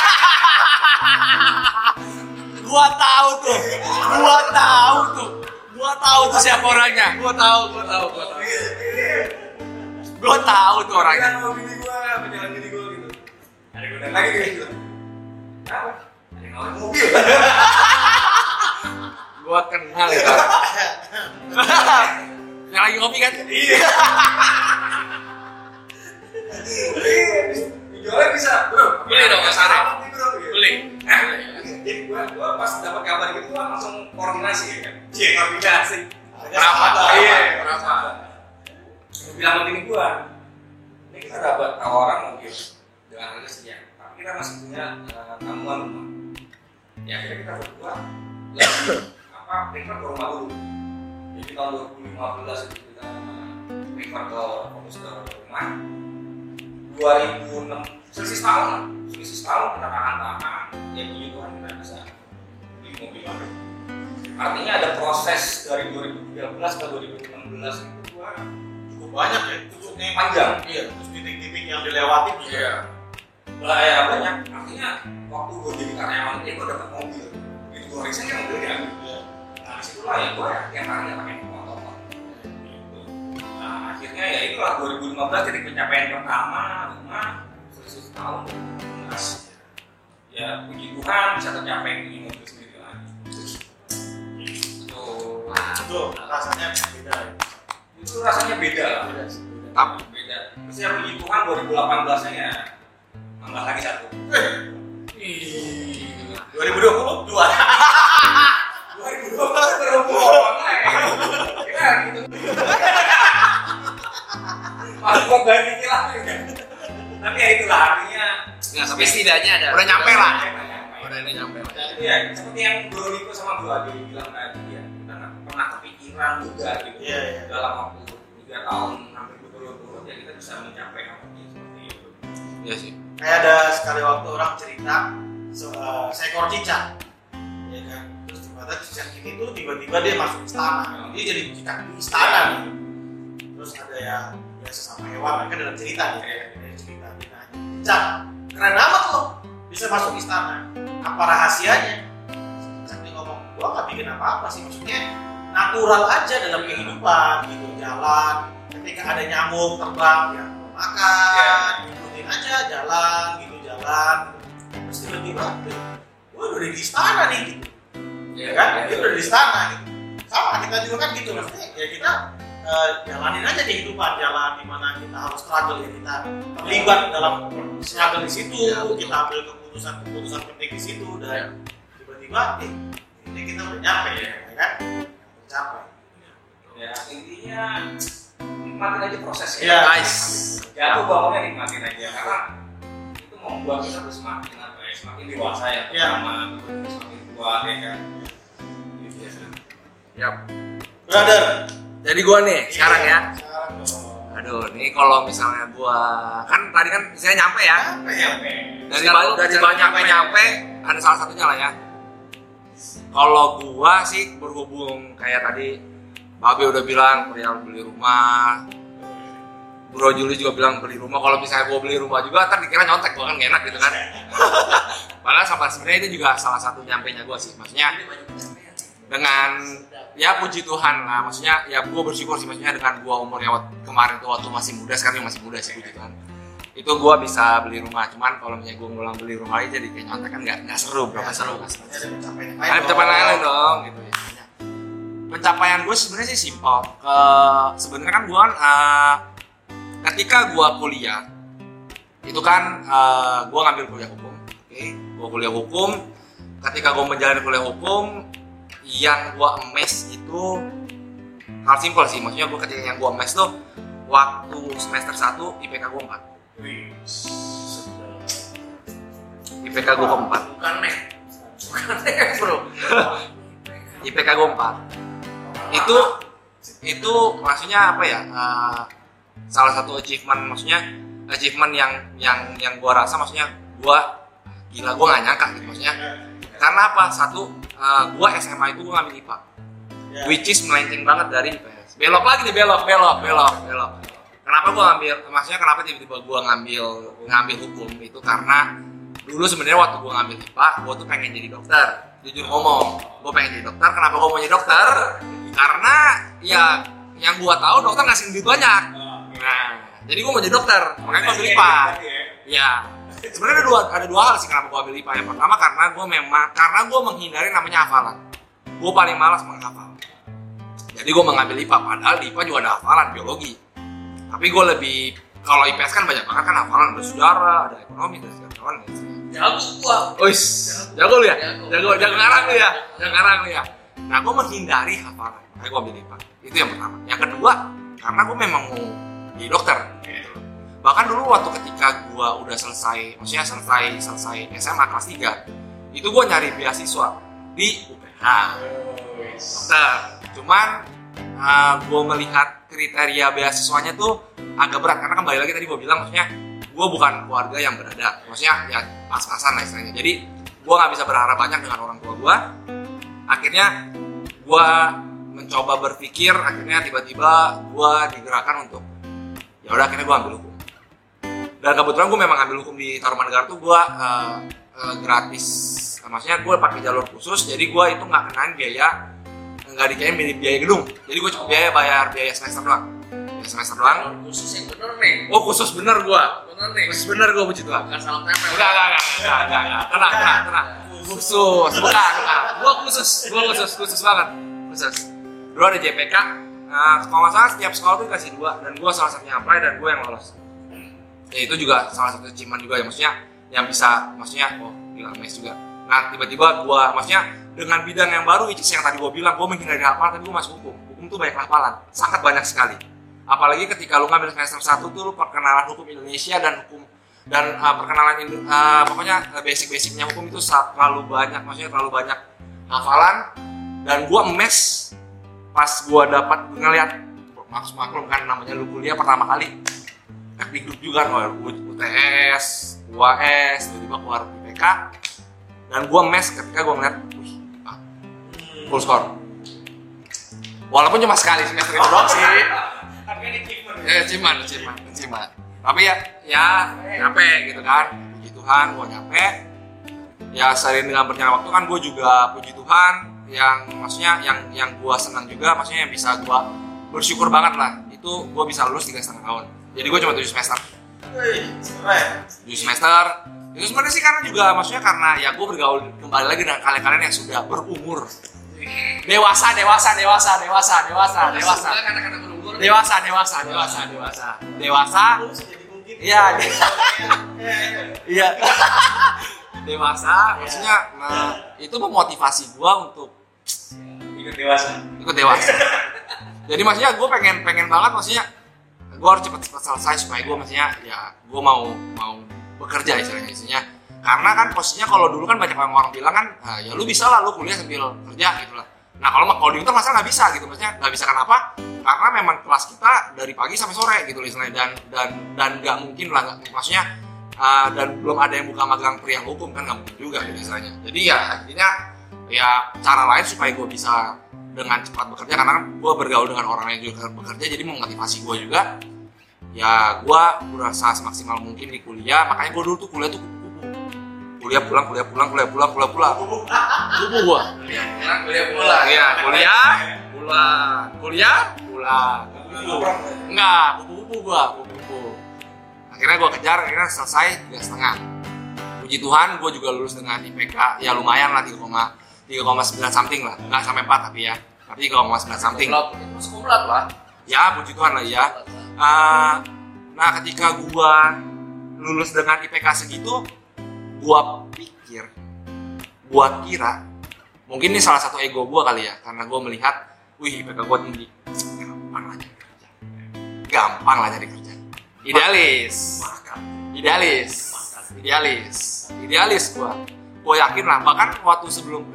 Gua tahu tuh siapa orangnya. Gua tahu tuh orangnya. Mau bini gua, berjalan bini gua gitu. Ada godaan lagi gitu. Kenapa? Ada yang nawarin mobil. Gua kenal itu. Yang lagi ngopi kan? Iya. Dijualnya bisa, bro. Beli dong, sarap nih bro. Beli. Jadi gua pas dapat kabar gitu gua langsung koordinasi ya kan. Iya, koordinasi. Kenapa? Iya, Kenapa? Gua bilang sama bini gua, ini kita dapat tawaran mobil dengan harga sekian, tapi kita masih punya tanggungan rumah. Ya akhirnya kita berdua prefer ke rumah dulu. Jadi tahun 2015 itu kita prefer ke fokus ke rumah. 2006 selisih setahun kita tahan ya puji Tuhan kita bisa beli mobil baru. Artinya ada proses dari 2013 ke 2016 itu gua cukup banyak ya, cukup panjang. Iya, terus titik-titik yang dilewati juga. Iya. Lah ya banyak. Artinya waktu gua jadi karyawan dia gua dapat mobil. Itu gua resign kan mobil diambil. Iya. Nah disitulah ya gua tiap hari pakai motor. Gitu. Nah akhirnya ya itulah 2015 titik pencapaian pertama rumah selisih setahun. Ya puji Tuhan bisa tercapai di mobil sendiri lagi. Itu rasanya beda. Itu rasanya beda lah. Tapi Beda. Terus ya puji Tuhan 2018 nya ya tambah lagi satu. 2020 dua. 2020 berhubungan ya gitu. Aku ganti lagi. Tapi ya itulah artinya. nggak, tapi setidaknya ada. Udah nyampe lah. Udah nyampe lah. Dan itu ya seperti yang Bro Niko sama Bro Adi bilang tadi ya, kita nggak pernah kepikiran juga gitu. Iya, iya. Dalam waktu 3 tahun hampir berturut-turut ya kita bisa mencapai hal seperti itu. Iya sih. Kayak ada sekali waktu orang cerita seekor cicak, ya kan. Terus cicak ini tuh tiba-tiba dia masuk istana, dia jadi cicak di istana nih. Terus ada yang biasa sama hewan, kan dalam cerita nih, cerita nah, cicak keren amat loh, bisa masuk istana. Apa rahasianya? Cicak dia ngomong, gua nggak bikin apa-apa sih, maksudnya natural aja dalam kehidupan gitu, jalan. Ketika ada nyamuk terbang, ya makan, ikutin aja jalan gitu. Terus tiba-tiba gue udah di istana nih gitu. Ya kan? Dia udah di istana gitu. Sama kita juga kan gitu, maksudnya ya kita jalanin aja kehidupan, jalan dimana kita harus struggle ya, kita terlibat dalam struggle di situ, kita ambil keputusan penting di situ dan tiba-tiba ini kita udah nyampe ya kan? Tercapai. Ya intinya nikmatin aja prosesnya. Iya. Nice. Jatuh bangunnya nikmatin aja karena itu membuat kita tuh semakin apa ya, semakin dewasa ya, sama semakin kuat ya kan. Gitu ya. Yap. Brother. Jadi gua nih sekarang ya. Sekarang dong. Aduh, nih kalau misalnya gua kan tadi kan misalnya nyampe ya. Dari banyak nyampe ada salah satunya lah ya. Kalau gua sih berhubung kayak tadi Babe udah bilang perihal beli rumah. Bro Juli juga bilang beli rumah. Kalau misalnya gue beli rumah juga, ntar dikira nyontek, gue kan gak enak gitu kan. Padahal sebenarnya itu juga salah satu nyampainya gue sih. Maksudnya dengan ya puji Tuhan lah. Maksudnya ya gue bersyukur sih, maksudnya dengan gue umurnya kemarin tuh waktu masih muda, sekarang masih muda sih puji Tuhan. Itu gue bisa beli rumah. Cuman kalau misalnya gue ngulang beli rumah lagi jadi kayak nyontek kan nggak seru bro. Nggak seru. Ada pencapaian lain dong gitu ya. Pencapaian gue sebenarnya sih simpel. Sebenarnya kan gue kan ketika gue kuliah itu kan gue ngambil kuliah hukum. Gue kuliah hukum. Ketika gue menjalani kuliah hukum, yang gue emes itu hal simpel sih. Maksudnya gue ketika yang gue emes tuh waktu semester 1 IPK gue 4. IPK gue 4. Bukan nih bro. IPK gue 4. Itu maksudnya apa ya? Salah satu achievement, maksudnya achievement yang gue rasa, maksudnya gue gila, gue gak nyangka gitu maksudnya. Karena apa? Satu, gue SMA itu gue ngambil IPA, which is melenceng banget dari IPS. Belok lagi nih, belok. Kenapa gue ngambil? Maksudnya kenapa tiba-tiba gue ngambil hukum itu karena dulu sebenarnya waktu gue ngambil IPA, gue tuh pengen jadi dokter. Jujur ngomong, gue pengen jadi dokter. Kenapa gue mau jadi dokter? Karena ya yang gue tahu dokter ngasih duit banyak. Nah, jadi gue mau jadi dokter, makanya gue ambil IPA. Ya, sebenarnya ada dua hal sih kenapa gue ambil IPA. Yang pertama karena gue menghindari namanya hafalan. Gue paling malas menghafal. Jadi gue mengambil IPA, padahal di IPA juga ada hafalan biologi. Tapi gue lebih, kalau IPS kan banyak banget kan hafalan, ada sejarah, ada ekonomi, dan segala macam. Jago gua. Wis, jago lu ya? Jago ngarang lu ya? Nah, gue menghindari hafalan, makanya gue ambil IPA. Itu yang pertama. Yang kedua, karena gue memang mau jadi dokter. Gitu. Bahkan dulu waktu ketika gue udah selesai SMA kelas 3, itu gue nyari beasiswa di UPH. Dokter. Cuman gue melihat kriteria beasiswanya tuh agak berat, karena kembali lagi tadi gue bilang, maksudnya gue bukan keluarga yang berada, maksudnya ya pas-pasan lah istilahnya. Jadi gue nggak bisa berharap banyak dengan orang tua gue. Akhirnya gue mencoba berpikir, akhirnya tiba-tiba gue digerakkan untuk ya udah, akhirnya gue ambil hukum. Dan kebetulan gue memang ambil hukum di Tarumanegara tuh gue gratis, maksudnya gue pakai jalur khusus, jadi gue itu nggak kenain biaya, nggak dikain biaya gedung, jadi gue cukup bayar semester doang. Khusus yang bener nih. Oh, khusus bener gue. Bener nih. Khusus bener gue puji Tuhan. Gak salah tempel. Enggak. Tenang. Khusus. Bukan. Gue khusus banget. Khusus. Dulu ada JPK. Kalau nggak salah setiap sekolah tuh dikasih 2, dan gue salah satunya apply dan gue yang lolos. Ya itu juga salah satu achievement juga ya, maksudnya yang bisa, maksudnya gila mes juga. Nah tiba-tiba gue, maksudnya dengan bidang yang baru, which is yang tadi gue bilang, gue menghindari hafalan, tapi gue masuk hukum. Hukum tuh banyak hafalan, sangat banyak sekali. Apalagi ketika lu ngambil semester 1 tuh lu perkenalan hukum Indonesia dan perkenalan pokoknya basic-basicnya hukum itu terlalu banyak, maksudnya terlalu banyak hafalan. Dan gue emes pas gue dapat ngeliat, maklum kan namanya lu kuliah pertama kali Dikduk juga kan, UTS, UAS, tiba-tiba keluar IPK, dan gue mes ketika gue ngeliat full score. Walaupun cuma sekali semester itu doang sih. Achievement. Tapi ya nyampe gitu kan. Puji Tuhan gue nyampe. Ya seiring dengan berjalan waktu kan gue juga puji Tuhan yang maksudnya yang gue senang juga, maksudnya yang bisa gue bersyukur banget lah. Itu gue bisa lulus 3,5 tahun. Jadi gue cuma 7 semester. 7 semester. Itu sebenarnya sih karena juga maksudnya karena ya gue bergaul kembali lagi dengan kalian-kalian yang sudah berumur. Dewasa. Iya. Dewasa, maksudnya itu memotivasi gue untuk ikut dewasa. Jadi maksudnya gue pengen banget, maksudnya gue harus cepet selesai supaya gue maksudnya ya gue mau bekerja istilahnya. Karena kan posisinya kalau dulu kan banyak orang bilang kan ya lu bisa lah lu kuliah sambil kerja gitu lah. Nah kalau di Untar masalah nggak bisa gitu, maksudnya nggak bisa kenapa? Karena memang kelas kita dari pagi sampai sore gitu istilahnya, dan nggak mungkin lah, maksudnya dan belum ada yang buka magang pria hukum kan, nggak mungkin juga gitu istilahnya. Jadi ya akhirnya ya cara lain supaya gue bisa dengan cepat bekerja, karena gue bergaul dengan orang yang juga bekerja, jadi memotivasi gue juga ya gue berusaha semaksimal mungkin di kuliah. Makanya gue dulu tuh kuliah tuh kupu-kupu, kuliah pulang kupu gue Pulang, kuliah pulang. ya kuliah pulang enggak kupu-kupu gue kupu-kupu. Akhirnya gue kejar, akhirnya selesai 3,5. Puji Tuhan gue juga lulus dengan IPK ya lumayan lah 3,9 something lah, nggak sampai 4 tapi ya, tapi 3,9 something. Kumlat lah. Ya puji Tuhan lah ya. Nah ketika gue lulus dengan IPK segitu, gue pikir, gue kira mungkin ini salah satu ego gue kali ya, karena gue melihat wih IPK gue tinggi, gampang lah nyari kerja. Idealis gue yakin lah. Bahkan waktu sebelum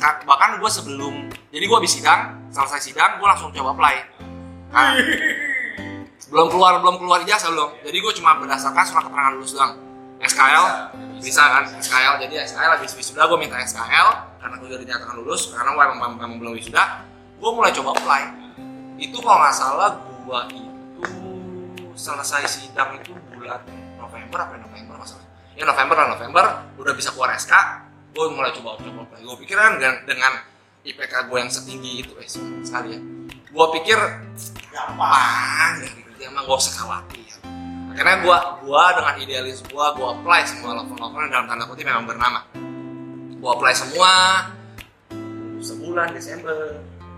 jadi gue habis selesai sidang gue langsung coba apply. Nah, belum keluar ijazah belum. Jadi gue cuma berdasarkan surat keterangan lulus doang. SKL bisa kan, SKL. Jadi SKL habis wisuda gue minta SKL karena gue udah dinyatakan lulus, karena gue memang belum wisuda. Gue mulai coba apply. Itu kalau nggak salah gue itu selesai sidang itu bulan November masalah. Ya November udah bisa keluar SK, gue mulai coba apply. Gue pikir kan dengan IPK gue yang setinggi itu sekali ya. Gue pikir gampang ya kerja, emang gak usah khawatir. Akhirnya gue dengan idealis gue apply semua lover-lover dalam tanda kutip memang bernama. Gue apply semua sebulan Desember.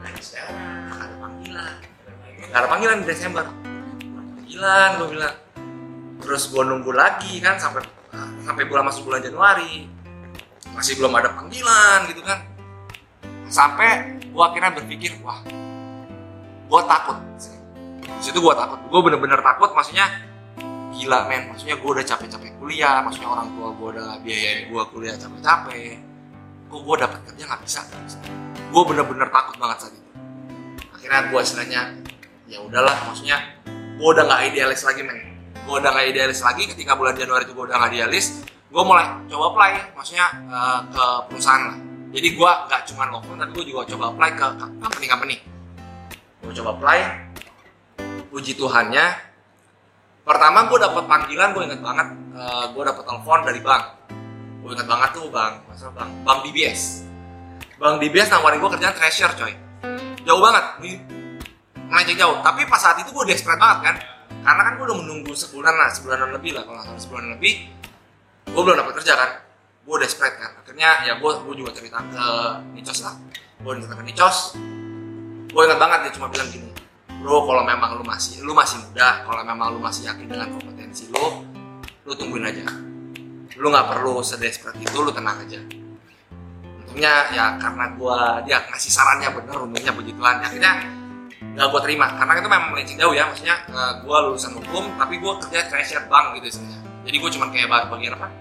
Ada panggilan di Desember. Panggilan gue bilang. Terus gue nunggu lagi kan sampai masuk bulan Januari. Masih belum ada panggilan gitu kan. Sampai gue akhirnya berpikir, wah, gue takut. Di situ gue takut. Gue bener-bener takut, maksudnya gila men. Maksudnya gue udah capek-capek kuliah, maksudnya orang tua gue udah biayain gue kuliah capek-capek. Kok gue dapet kerja nggak bisa? Gue bener-bener takut banget saat itu. Akhirnya gue istilahnya, ya udahlah, maksudnya gue udah nggak idealis lagi men. Gue udah nggak idealis lagi. Ketika bulan Januari itu gue udah nggak idealis, gue mulai coba apply, maksudnya ke perusahaan lah. Jadi gue nggak cuma local, tapi gue juga coba apply ke company. Gue coba apply, puji Tuhannya. Pertama gue dapet panggilan, gue inget banget, gue dapet telepon dari bank. Gue inget banget tuh bank DBS. Bank DBS nawarin gue kerjaan cashier coy. Jauh banget, melenceng jauh. Tapi pas saat itu gue desperate banget kan, karena kan gue udah menunggu sebulanan lebih lah, kalau nggak salah sebulan lebih, gue belum dapet kerja kan. Gue desperate kan, akhirnya ya gue juga cerita ke Nicos lah. Gue cerita ke Nicos, gue ingat banget dia cuma bilang gini, bro, kalau memang lu masih muda, kalau memang lu masih yakin dengan kompetensi lu tungguin aja. Lu nggak perlu sedesperate itu, lu tenang aja. Untungnya ya karena dia ngasih sarannya bener, untungnya puji Tuhan. Akhirnya nggak gue terima, karena itu memang melenceng jauh ya, maksudnya gue lulusan hukum, tapi gue kerja cashier bank gitu istilahnya. Jadi gue cuma kayak bagian apa?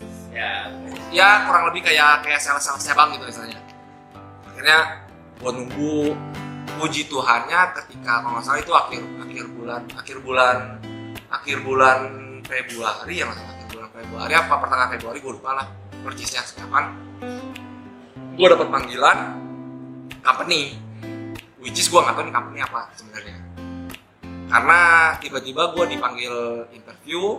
Ya kurang lebih kayak sales-salesnya bank gitu misalnya. Akhirnya gue nunggu, puji Tuhannya ketika kalau nggak salah itu akhir bulan Februari ya, akhir bulan Februari apa pertengahan Februari gue lupa lah persisnya kapan. Gue dapat panggilan company, which is gue nggak tahu nih company apa sebenarnya. Karena tiba-tiba gue dipanggil interview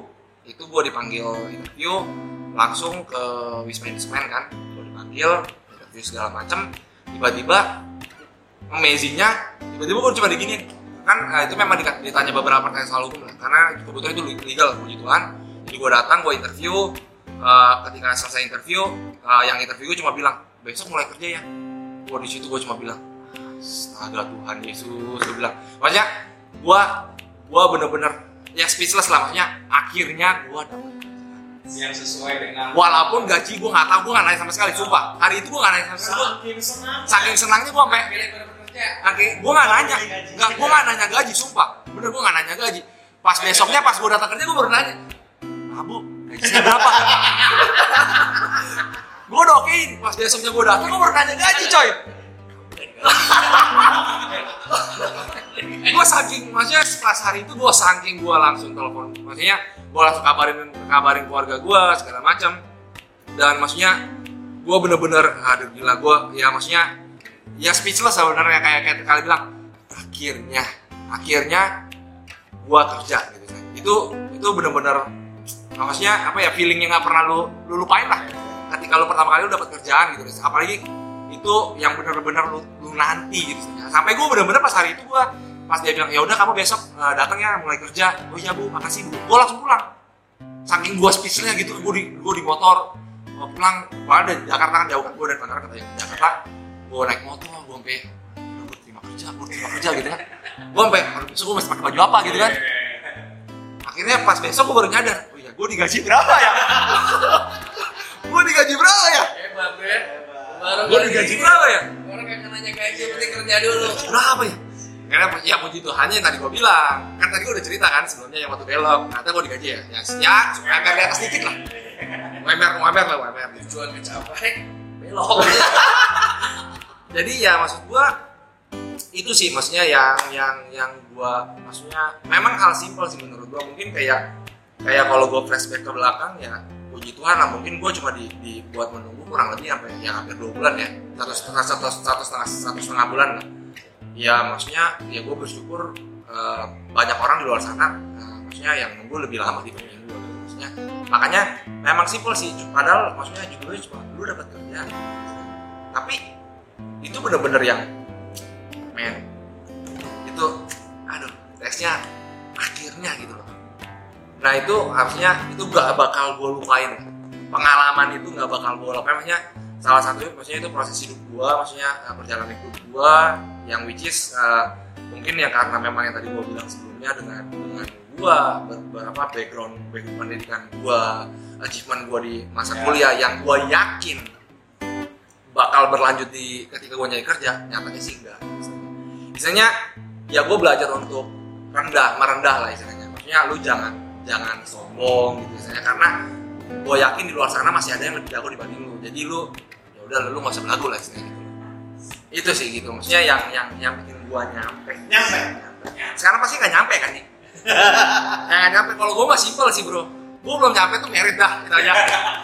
langsung ke Wisma kan, gue dipanggil interview segala macam. Tiba-tiba amazingnya, tiba-tiba gue cuma diginiin kan, itu memang ditanya beberapa pertanyaan soal hukum lah, karena kebetulan itu legal puji Tuhan. Jadi gue datang, gue interview. Ketika selesai interview, yang interview gue cuma bilang besok mulai kerja ya. Gue di situ gue cuma bilang astaga Tuhan Yesus, gue bilang, maksudnya gue bener-bener ya speechless lah, maksudnya akhirnya gue dapet yang sesuai dengan, walaupun gaji gue nggak tahu, gue nggak nanya sama sekali, sumpah hari itu gue nggak nanya sama sekali. Saking senangnya gue sampai gue nggak nanya gaji, sumpah bener gue nggak nanya gaji. Pas besoknya pas gue datang kerja gue baru nanya, Bu, gaji saya berapa? Gue dokein, pas besoknya gue datang gue baru nanya gaji coy. Gue saking, maksudnya pas hari itu gue langsung telepon, maksudnya gue langsung kabarin keluarga gue segala macam. Dan maksudnya gue bener-bener aduh gila, gue ya maksudnya ya speechless sebenarnya, kayak kali bilang akhirnya gue kerja gitu kan. itu benar-benar maksudnya apa ya, feeling yang nggak pernah lu lupain lah ketika lu pertama kali lu dapat kerjaan gitu. Apalagi itu yang benar-benar lu nanti gitu. Sampai gue benar-benar pas hari itu pas dia bilang ya udah kamu besok datang ya mulai kerja. Oh iya Bu, makasih Bu. Gue langsung pulang. Saking gue speechless gitu, gue di motor pulang. Padahal dari Jakarta kan jauh kan, gue dari Bandara ke Jakarta. Gue naik motor, gue sampai gue terima kerja gitu kan. Gue sampai besok gue mesti pakai baju apa gitu kan. Akhirnya pas besok gue baru nyadar, oh iya gue digaji berapa ya? Gue digaji berapa ya? Hebat ya. Gue digaji berapa ya? Orang gak nanya gaji, penting kerja dulu. Berapa ya? Karena ya puji Tuhan yang tadi gue bilang, kan tadi gue udah cerita kan sebelumnya yang waktu belok, ternyata gue digaji ya UMR di atas dikit lah. UMR. Tujuan kecapai, belok. Jadi ya maksud gue itu sih maksudnya yang gue maksudnya memang hal simpel sih menurut gue. Mungkin kayak kalau gue flashback ke belakang ya puji Tuhan lah, mungkin gue cuma dibuat menunggu kurang lebih sampai ya hampir 2 bulan ya, satu setengah bulan lah. Ya maksudnya ya gue bersyukur banyak orang di luar sana maksudnya yang nunggu lebih lama dibanding gue maksudnya. Makanya memang simpel sih, padahal maksudnya judulnya cuma lu dapat kerja, tapi itu bener-bener yang itu aduh tesnya akhirnya gitu loh. Nah itu harusnya itu gak bakal gue lupain, pengalaman itu gak bakal gue lupain. Maksudnya salah satunya maksudnya itu proses hidup gue, maksudnya perjalanan hidup gue yang which is mungkin ya karena memang yang tadi gue bilang sebelumnya dengan gue beberapa background pendidikan gue, achievement gue di masa kuliah yang gue yakin bakal berlanjut di ketika gue nyari kerja, nyatanya sih enggak. Misalnya ya gue belajar untuk merendah lah istilahnya. Maksudnya lu jangan sombong gitu istilahnya, karena gue yakin di luar sana masih ada yang lebih jago dibanding lu. Jadi lu ya udah lu nggak usah belagu lah istilahnya gitu. Itu sih gitu. Maksudnya yang bikin gue nyampe. Sekarang pasti nggak nyampe kan nih? Nggak nyampe. Kalau gue mah simpel sih bro. Gue belum nyampe tuh merit dah gitu aja.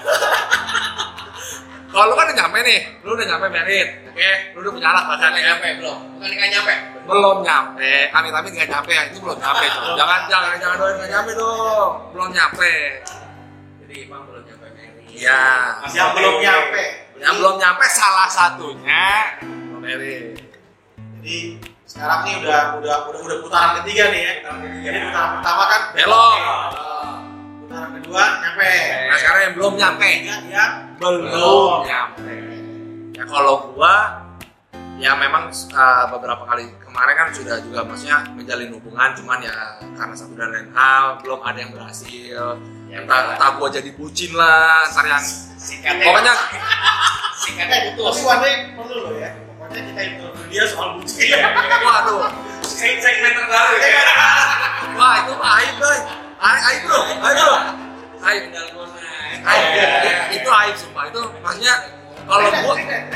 Kalau lu kan udah nyampe nih, lu udah nyampe merit, oke? Lu udah punya anak bahkan Nggak nyampe belum? Bukan nggak nyampe? Belum nyampe, amit-amit nggak nyampe ya, itu belum nyampe tuh. Jangan doain nggak nyampe dong, belum nyampe. Jadi Bang belum nyampe merit. Iya. Yang belum nyampe. Yang belum nyampe salah satunya merit. Jadi sekarang nih udah putaran ketiga nih ya. Jadi putaran pertama kan Belok. Putaran kedua nyampe. Nah sekarang yang belum nyampe. Yang Belum nyampe. Ya kalau gua ya memang beberapa kali kemarin kan sudah juga maksudnya menjalin hubungan, cuman ya karena satu dan lain hal belum ada yang berhasil. Entah gua jadi bucin lah, ntar yang pokoknya singkatnya itu. Tapi warnanya perlu loh ya. Pokoknya kita interview dia soal bucin. waduh, segmen terbaru ya. wah itu mah aib boy. Aib bro. Aib. Itu aib sumpah. Itu maksudnya kalau gua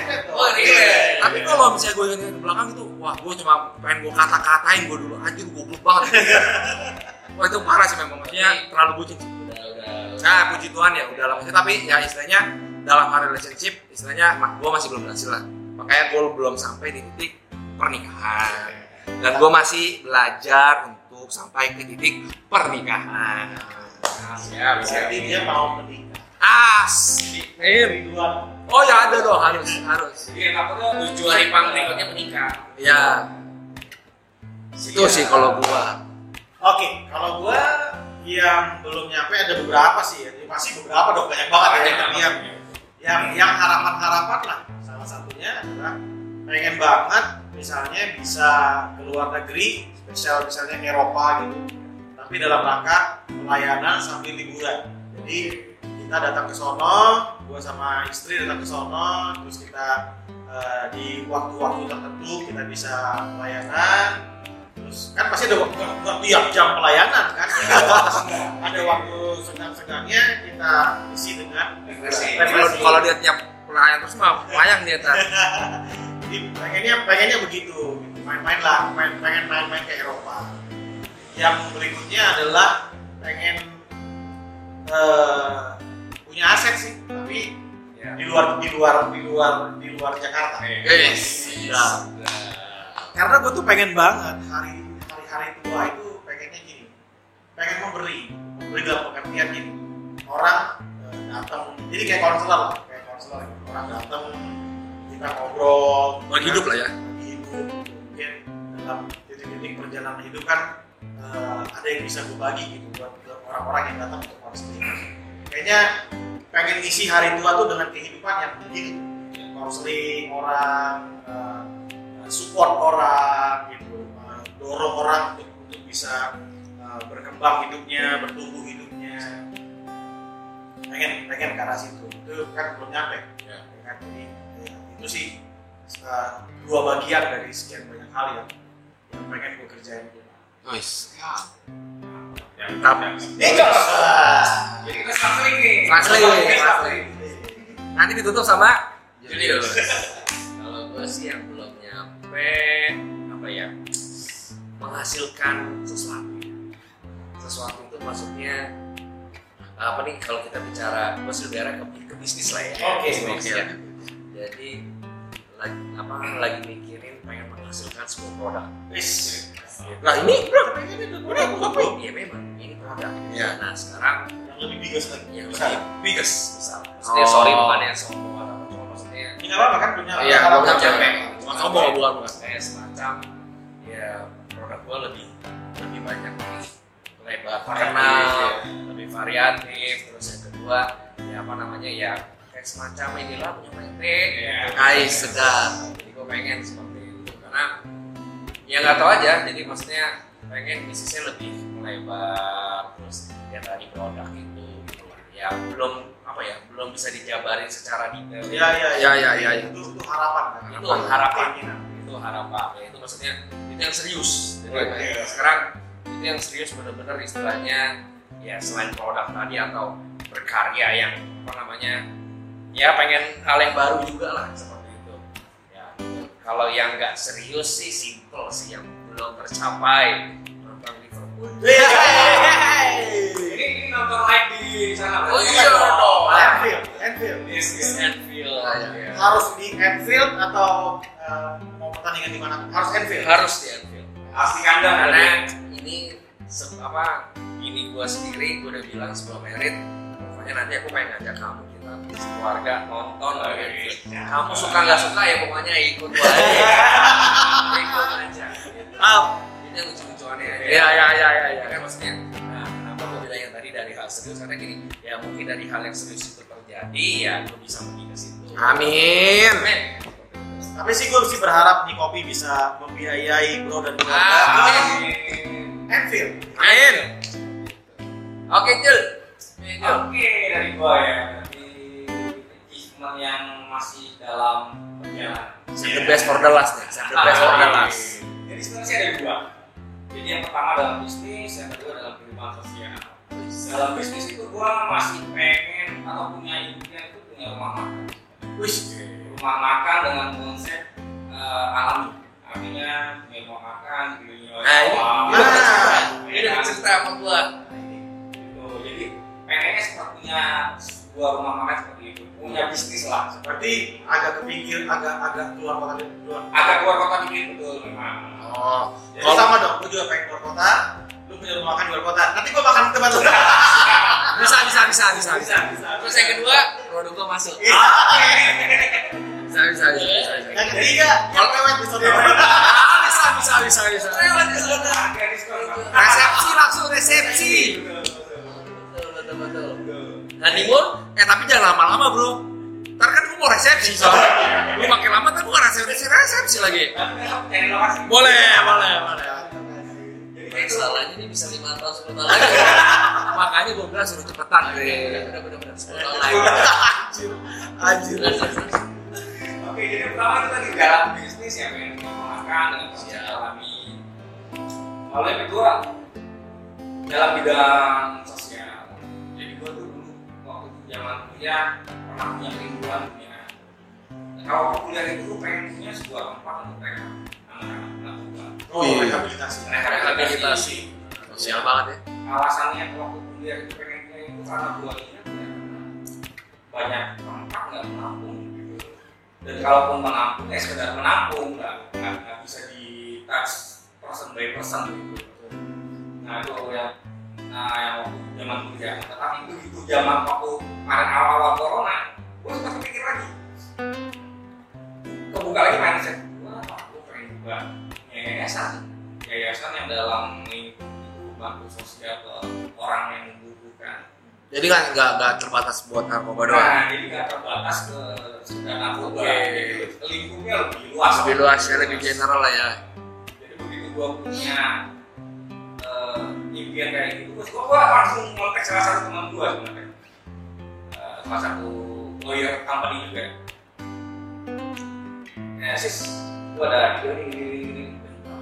tapi kalau misalnya gue yang di belakang itu wah gue cuma pengen gue kata-katain gue dulu, anjir goblok banget. Wah itu parah sih memang, maksudnya terlalu bucin sih. Nah puji Tuhan ya udah lah maksudnya, tapi ya istilahnya dalam hal relationship istilahnya gue masih belum berhasil lah, makanya gue belum sampai di titik pernikahan dan gue masih belajar untuk sampai ke titik pernikahan. Ya, berarti dia mau menikah. Asik. Oh ya ada dong, harus. Iya, takutnya Tujuan Ipang berikutnya menikah. Ya. Itu sih kalau gua. Oke, kalau gua yang belum nyampe ada beberapa sih ya. Masih beberapa dong, banyak banget ya. Tapi yang harapan-harapan lah. Salah satunya adalah pengen banget misalnya bisa ke luar negeri, spesial misalnya Eropa gitu. Tapi dalam rangka pelayanan sambil liburan. Jadi kita datang ke sono, gua sama istri datang ke sono, terus kita di waktu-waktu tertentu kita bisa pelayanan. Terus kan pasti ada waktu yang jam pelayanan kan, ada waktu senggang-senggangnya kita isi dengan refleksi. Kalau dia tiap pelayan terus mah wayang dia tar. Jadi pengennya begitu, main-main lah, pengen main-main ke Eropa. Yang berikutnya adalah pengen punya aset sih, tapi di luar Jakarta. Karena gue tuh pengen banget hari tua itu pengennya gini. pengen memberi dalam pengertian gini, orang datang, jadi kayak konselor lah, orang datang kita ngobrol, Bagi hidup lah ya. hidup, mungkin dalam titik-titik perjalanan hidup kan ada yang bisa gue bagi gitu buat orang-orang yang datang untuk konseling. Kayaknya pengen isi hari tua tuh dengan kehidupan yang begitu, konseling orang, support orang gitu, dorong orang untuk bisa berkembang hidupnya, bertumbuh hidupnya. Pengen ke arah situ. Itu kan belum nyampe. Ya. Kan? Jadi itu sih dua bagian dari sekian banyak hal yang pengen gue kerjain. Nice. Mantap. Jadi kita sparkling nih. Sparkling. Nanti ditutup sama Julius. Kalau gue sih yang belum nyampe apa ya, menghasilkan sesuatu itu maksudnya apa nih, kalau kita bicara gue sih daerah ke bisnis lah ya. Oke. Ya. Jadi lagi mikirin pengen menghasilkan sebuah produk. Nah ini bro, Iya memang ini produk. Iya. Nah sekarang Yang lebih biggest lagi. yang Besar. lebih biggest besar. Maksudnya sorry bukannya sombong atau apa, cuma maksudnya Ini nggak apa-apa kan punya. Iya, hal bukan yang capek. Bukan Sombong, bukan. kayak semacam ya produk gua lebih banyak nih, lebar, terkenal, lebih variatif. Terus yang kedua ya apa namanya ya kayak semacam inilah punya PT. Ais sedap. Jadi gua pengen seperti itu karena ya nggak tahu aja. Jadi maksudnya pengen bisnisnya lebih melebar, terus ya tadi produk itu gitu lah. Ya belum bisa dijabarin secara detail. Iya. Itu harapan kan. Itu harapan. Keinginan. Itu harapan. Ya, itu maksudnya itu yang serius. Jadi Oke. sekarang itu yang serius benar-benar istilahnya ya selain produk tadi atau berkarya yang apa namanya ya pengen hal yang baru juga lah seperti itu. Ya kalau yang nggak serius sih simple sih yang belum tercapai nonton Liverpool. Ini nonton live di sana. Oh iya dong. Anfield. Anfield. Ya. Harus di Anfield atau mau pertandingan di mana? Harus Anfield. Harus di Anfield. Pasti kandang Karena berarti. ini ini gue sendiri gue udah bilang sebelum merit, pokoknya nanti aku pengen ngajak kamu kita keluarga nonton Anfield. Kamu suka nggak suka ya pokoknya ikut gue aja. Ikut aja. Ini yang lucu-lucuannya aja. Iya. Kan maksudnya, nah, kenapa gue bilang yang tadi dari hal serius karena gini, ya mungkin dari hal yang serius itu terjadi, ya gue bisa pergi ke situ. Amin. Amin. Tapi sih gue sih berharap nih Kopi bisa membiayai bro dan keluarga Amin. Anfield. Amin. Oke Jul. Oke, dari gua ya. Di achievement yang masih dalam perjalanan. Save the best for the last nih. Save the best for the last. Jadi sebenarnya sih ada dua. Jadi yang pertama dalam bisnis, yang kedua dalam kehidupan sosial. Dalam bisnis itu gua masih pengen atau punya impian itu punya rumah makan. Rumah makan dengan konsep alami. Artinya punya rumah makan, punya Ini udah cerita sama gua. Gitu. Jadi pengennya seperti punya sebuah rumah makan seperti itu, punya bisnis lah. Berarti agak kepikir, agak keluar kota dulu. Agak keluar kota dikit betul memang. Oh, Jadi sama dong, gue juga pengen keluar kota, lu punya rumah makan di luar kota. Nanti gue makan di tempat lu. bisa. Terus yang kedua, produk gua masuk. Bisa. Yang ketiga, yang lewat di saudara. Bisa. Lewat di sana. Ada diskon. Resepsi langsung resepsi. Betul. Honeymoon? Tapi jangan lama-lama bro. Ntar kan gue mau resepsi soalnya. Lu makin lama tapi gue resepsi lagi. Cari lokasi. Boleh. Masalahnya ini bisa 5 tahun 10 tahun lagi. Makanya gue bilang suruh cepetan deh. Bener-bener 10 tahun lagi. Anjir. Oke, jadi pertama itu tadi dalam bisnis ya pengen makan dengan konsep alami. Lalu yang kedua dalam bidang sosial. Jadi gua tuh dulu waktu zaman kuliah pernah punya kerinduan punya. Kalau aku kuliah itu gua pengen punya sebuah tempat untuk mereka anak-anak gua. Oh, rehabilitasi. Rehabilitasi. Sosial banget ya. Alasannya waktu kuliah itu pengen punya itu karena gua ingat ya, banyak tempat nggak menampung gitu. Dan kalaupun menampung, sekedar menampung nggak bisa di touch person by person gitu. Nah itu yang yang waktu zaman kuliah. Tetapi begitu zaman waktu kemarin awal-awal corona, gue sempat kepikir lagi, kebuka lagi mindset, wah aku pengen buka yayasan yang dalam lingkup itu bantu sosial ke orang yang membutuhkan. Jadi kan nggak terbatas buat narkoba doang. Nah, jadi nggak terbatas ke sekedar narkoba. Jadi lingkupnya lebih luas. Lebih luas ya, lebih general lah ya. Jadi begitu gua punya impian kayak gitu, terus gua langsung kontak salah satu teman gua sebenarnya. Salah satu lawyer company juga. Nah, sis, gua ada gini.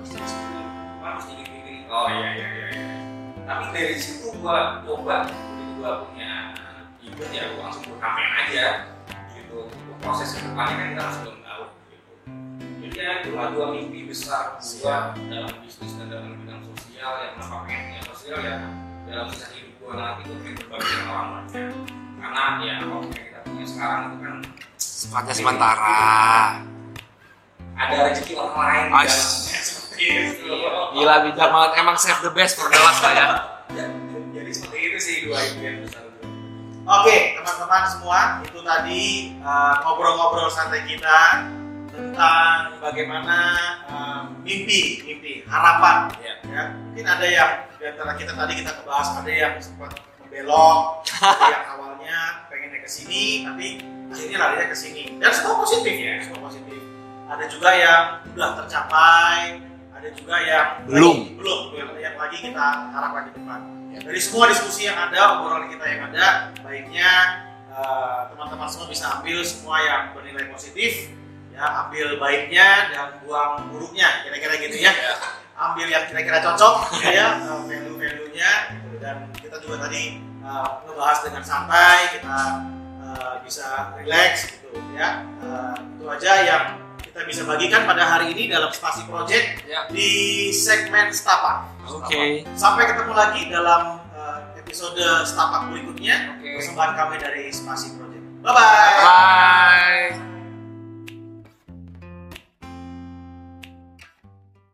Oh iya. Tapi dari situ gua coba, begitu gua punya ide ya gua langsung berkamen aja gitu. Proses kedepannya kan kita masih belum tahu gitu. Jadi ya itulah dua mimpi besar gua dalam bisnis dan dalam bidang sosial yang apa pengennya sosial ya dalam sisa hidup gua nanti gua pengen berbagi dengan orang banyak. Karena ya apa yang kita punya sekarang itu kan Sifatnya sementara. ada rezeki orang lain di dalamnya seperti itu. Gila bijak banget, emang save the best for the last lah ya. Jadi seperti itu sih dua impian besar gue. Oke, teman-teman semua, itu tadi ngobrol-ngobrol santai kita tentang bagaimana mimpi, harapan. Ya. Mungkin ada yang di antara kita tadi kita bahas, ada yang sempat membelok, ada yang awalnya pengennya ke sini, tapi akhirnya larinya ke sini. Dan semua positif ya, semua positif. Ada juga yang sudah tercapai, ada juga yang Belum. yang lagi kita harapkan di depan. Dari semua diskusi yang ada, obrolan kita yang ada, baiknya teman-teman semua bisa ambil semua yang bernilai positif, ya ambil baiknya dan buang buruknya, kira-kira gitu ya. Ambil yang kira-kira cocok, ya value-value-nya, gitu. Dan kita juga tadi ngebahas dengan santai, kita bisa relax, gitu ya. Itu aja yang kita bisa bagikan pada hari ini dalam Spasi Project di segmen Setapak. Oke. Sampai ketemu lagi dalam episode Setapak berikutnya. Persembahan kami dari Spasi Project. Bye-bye. Bye.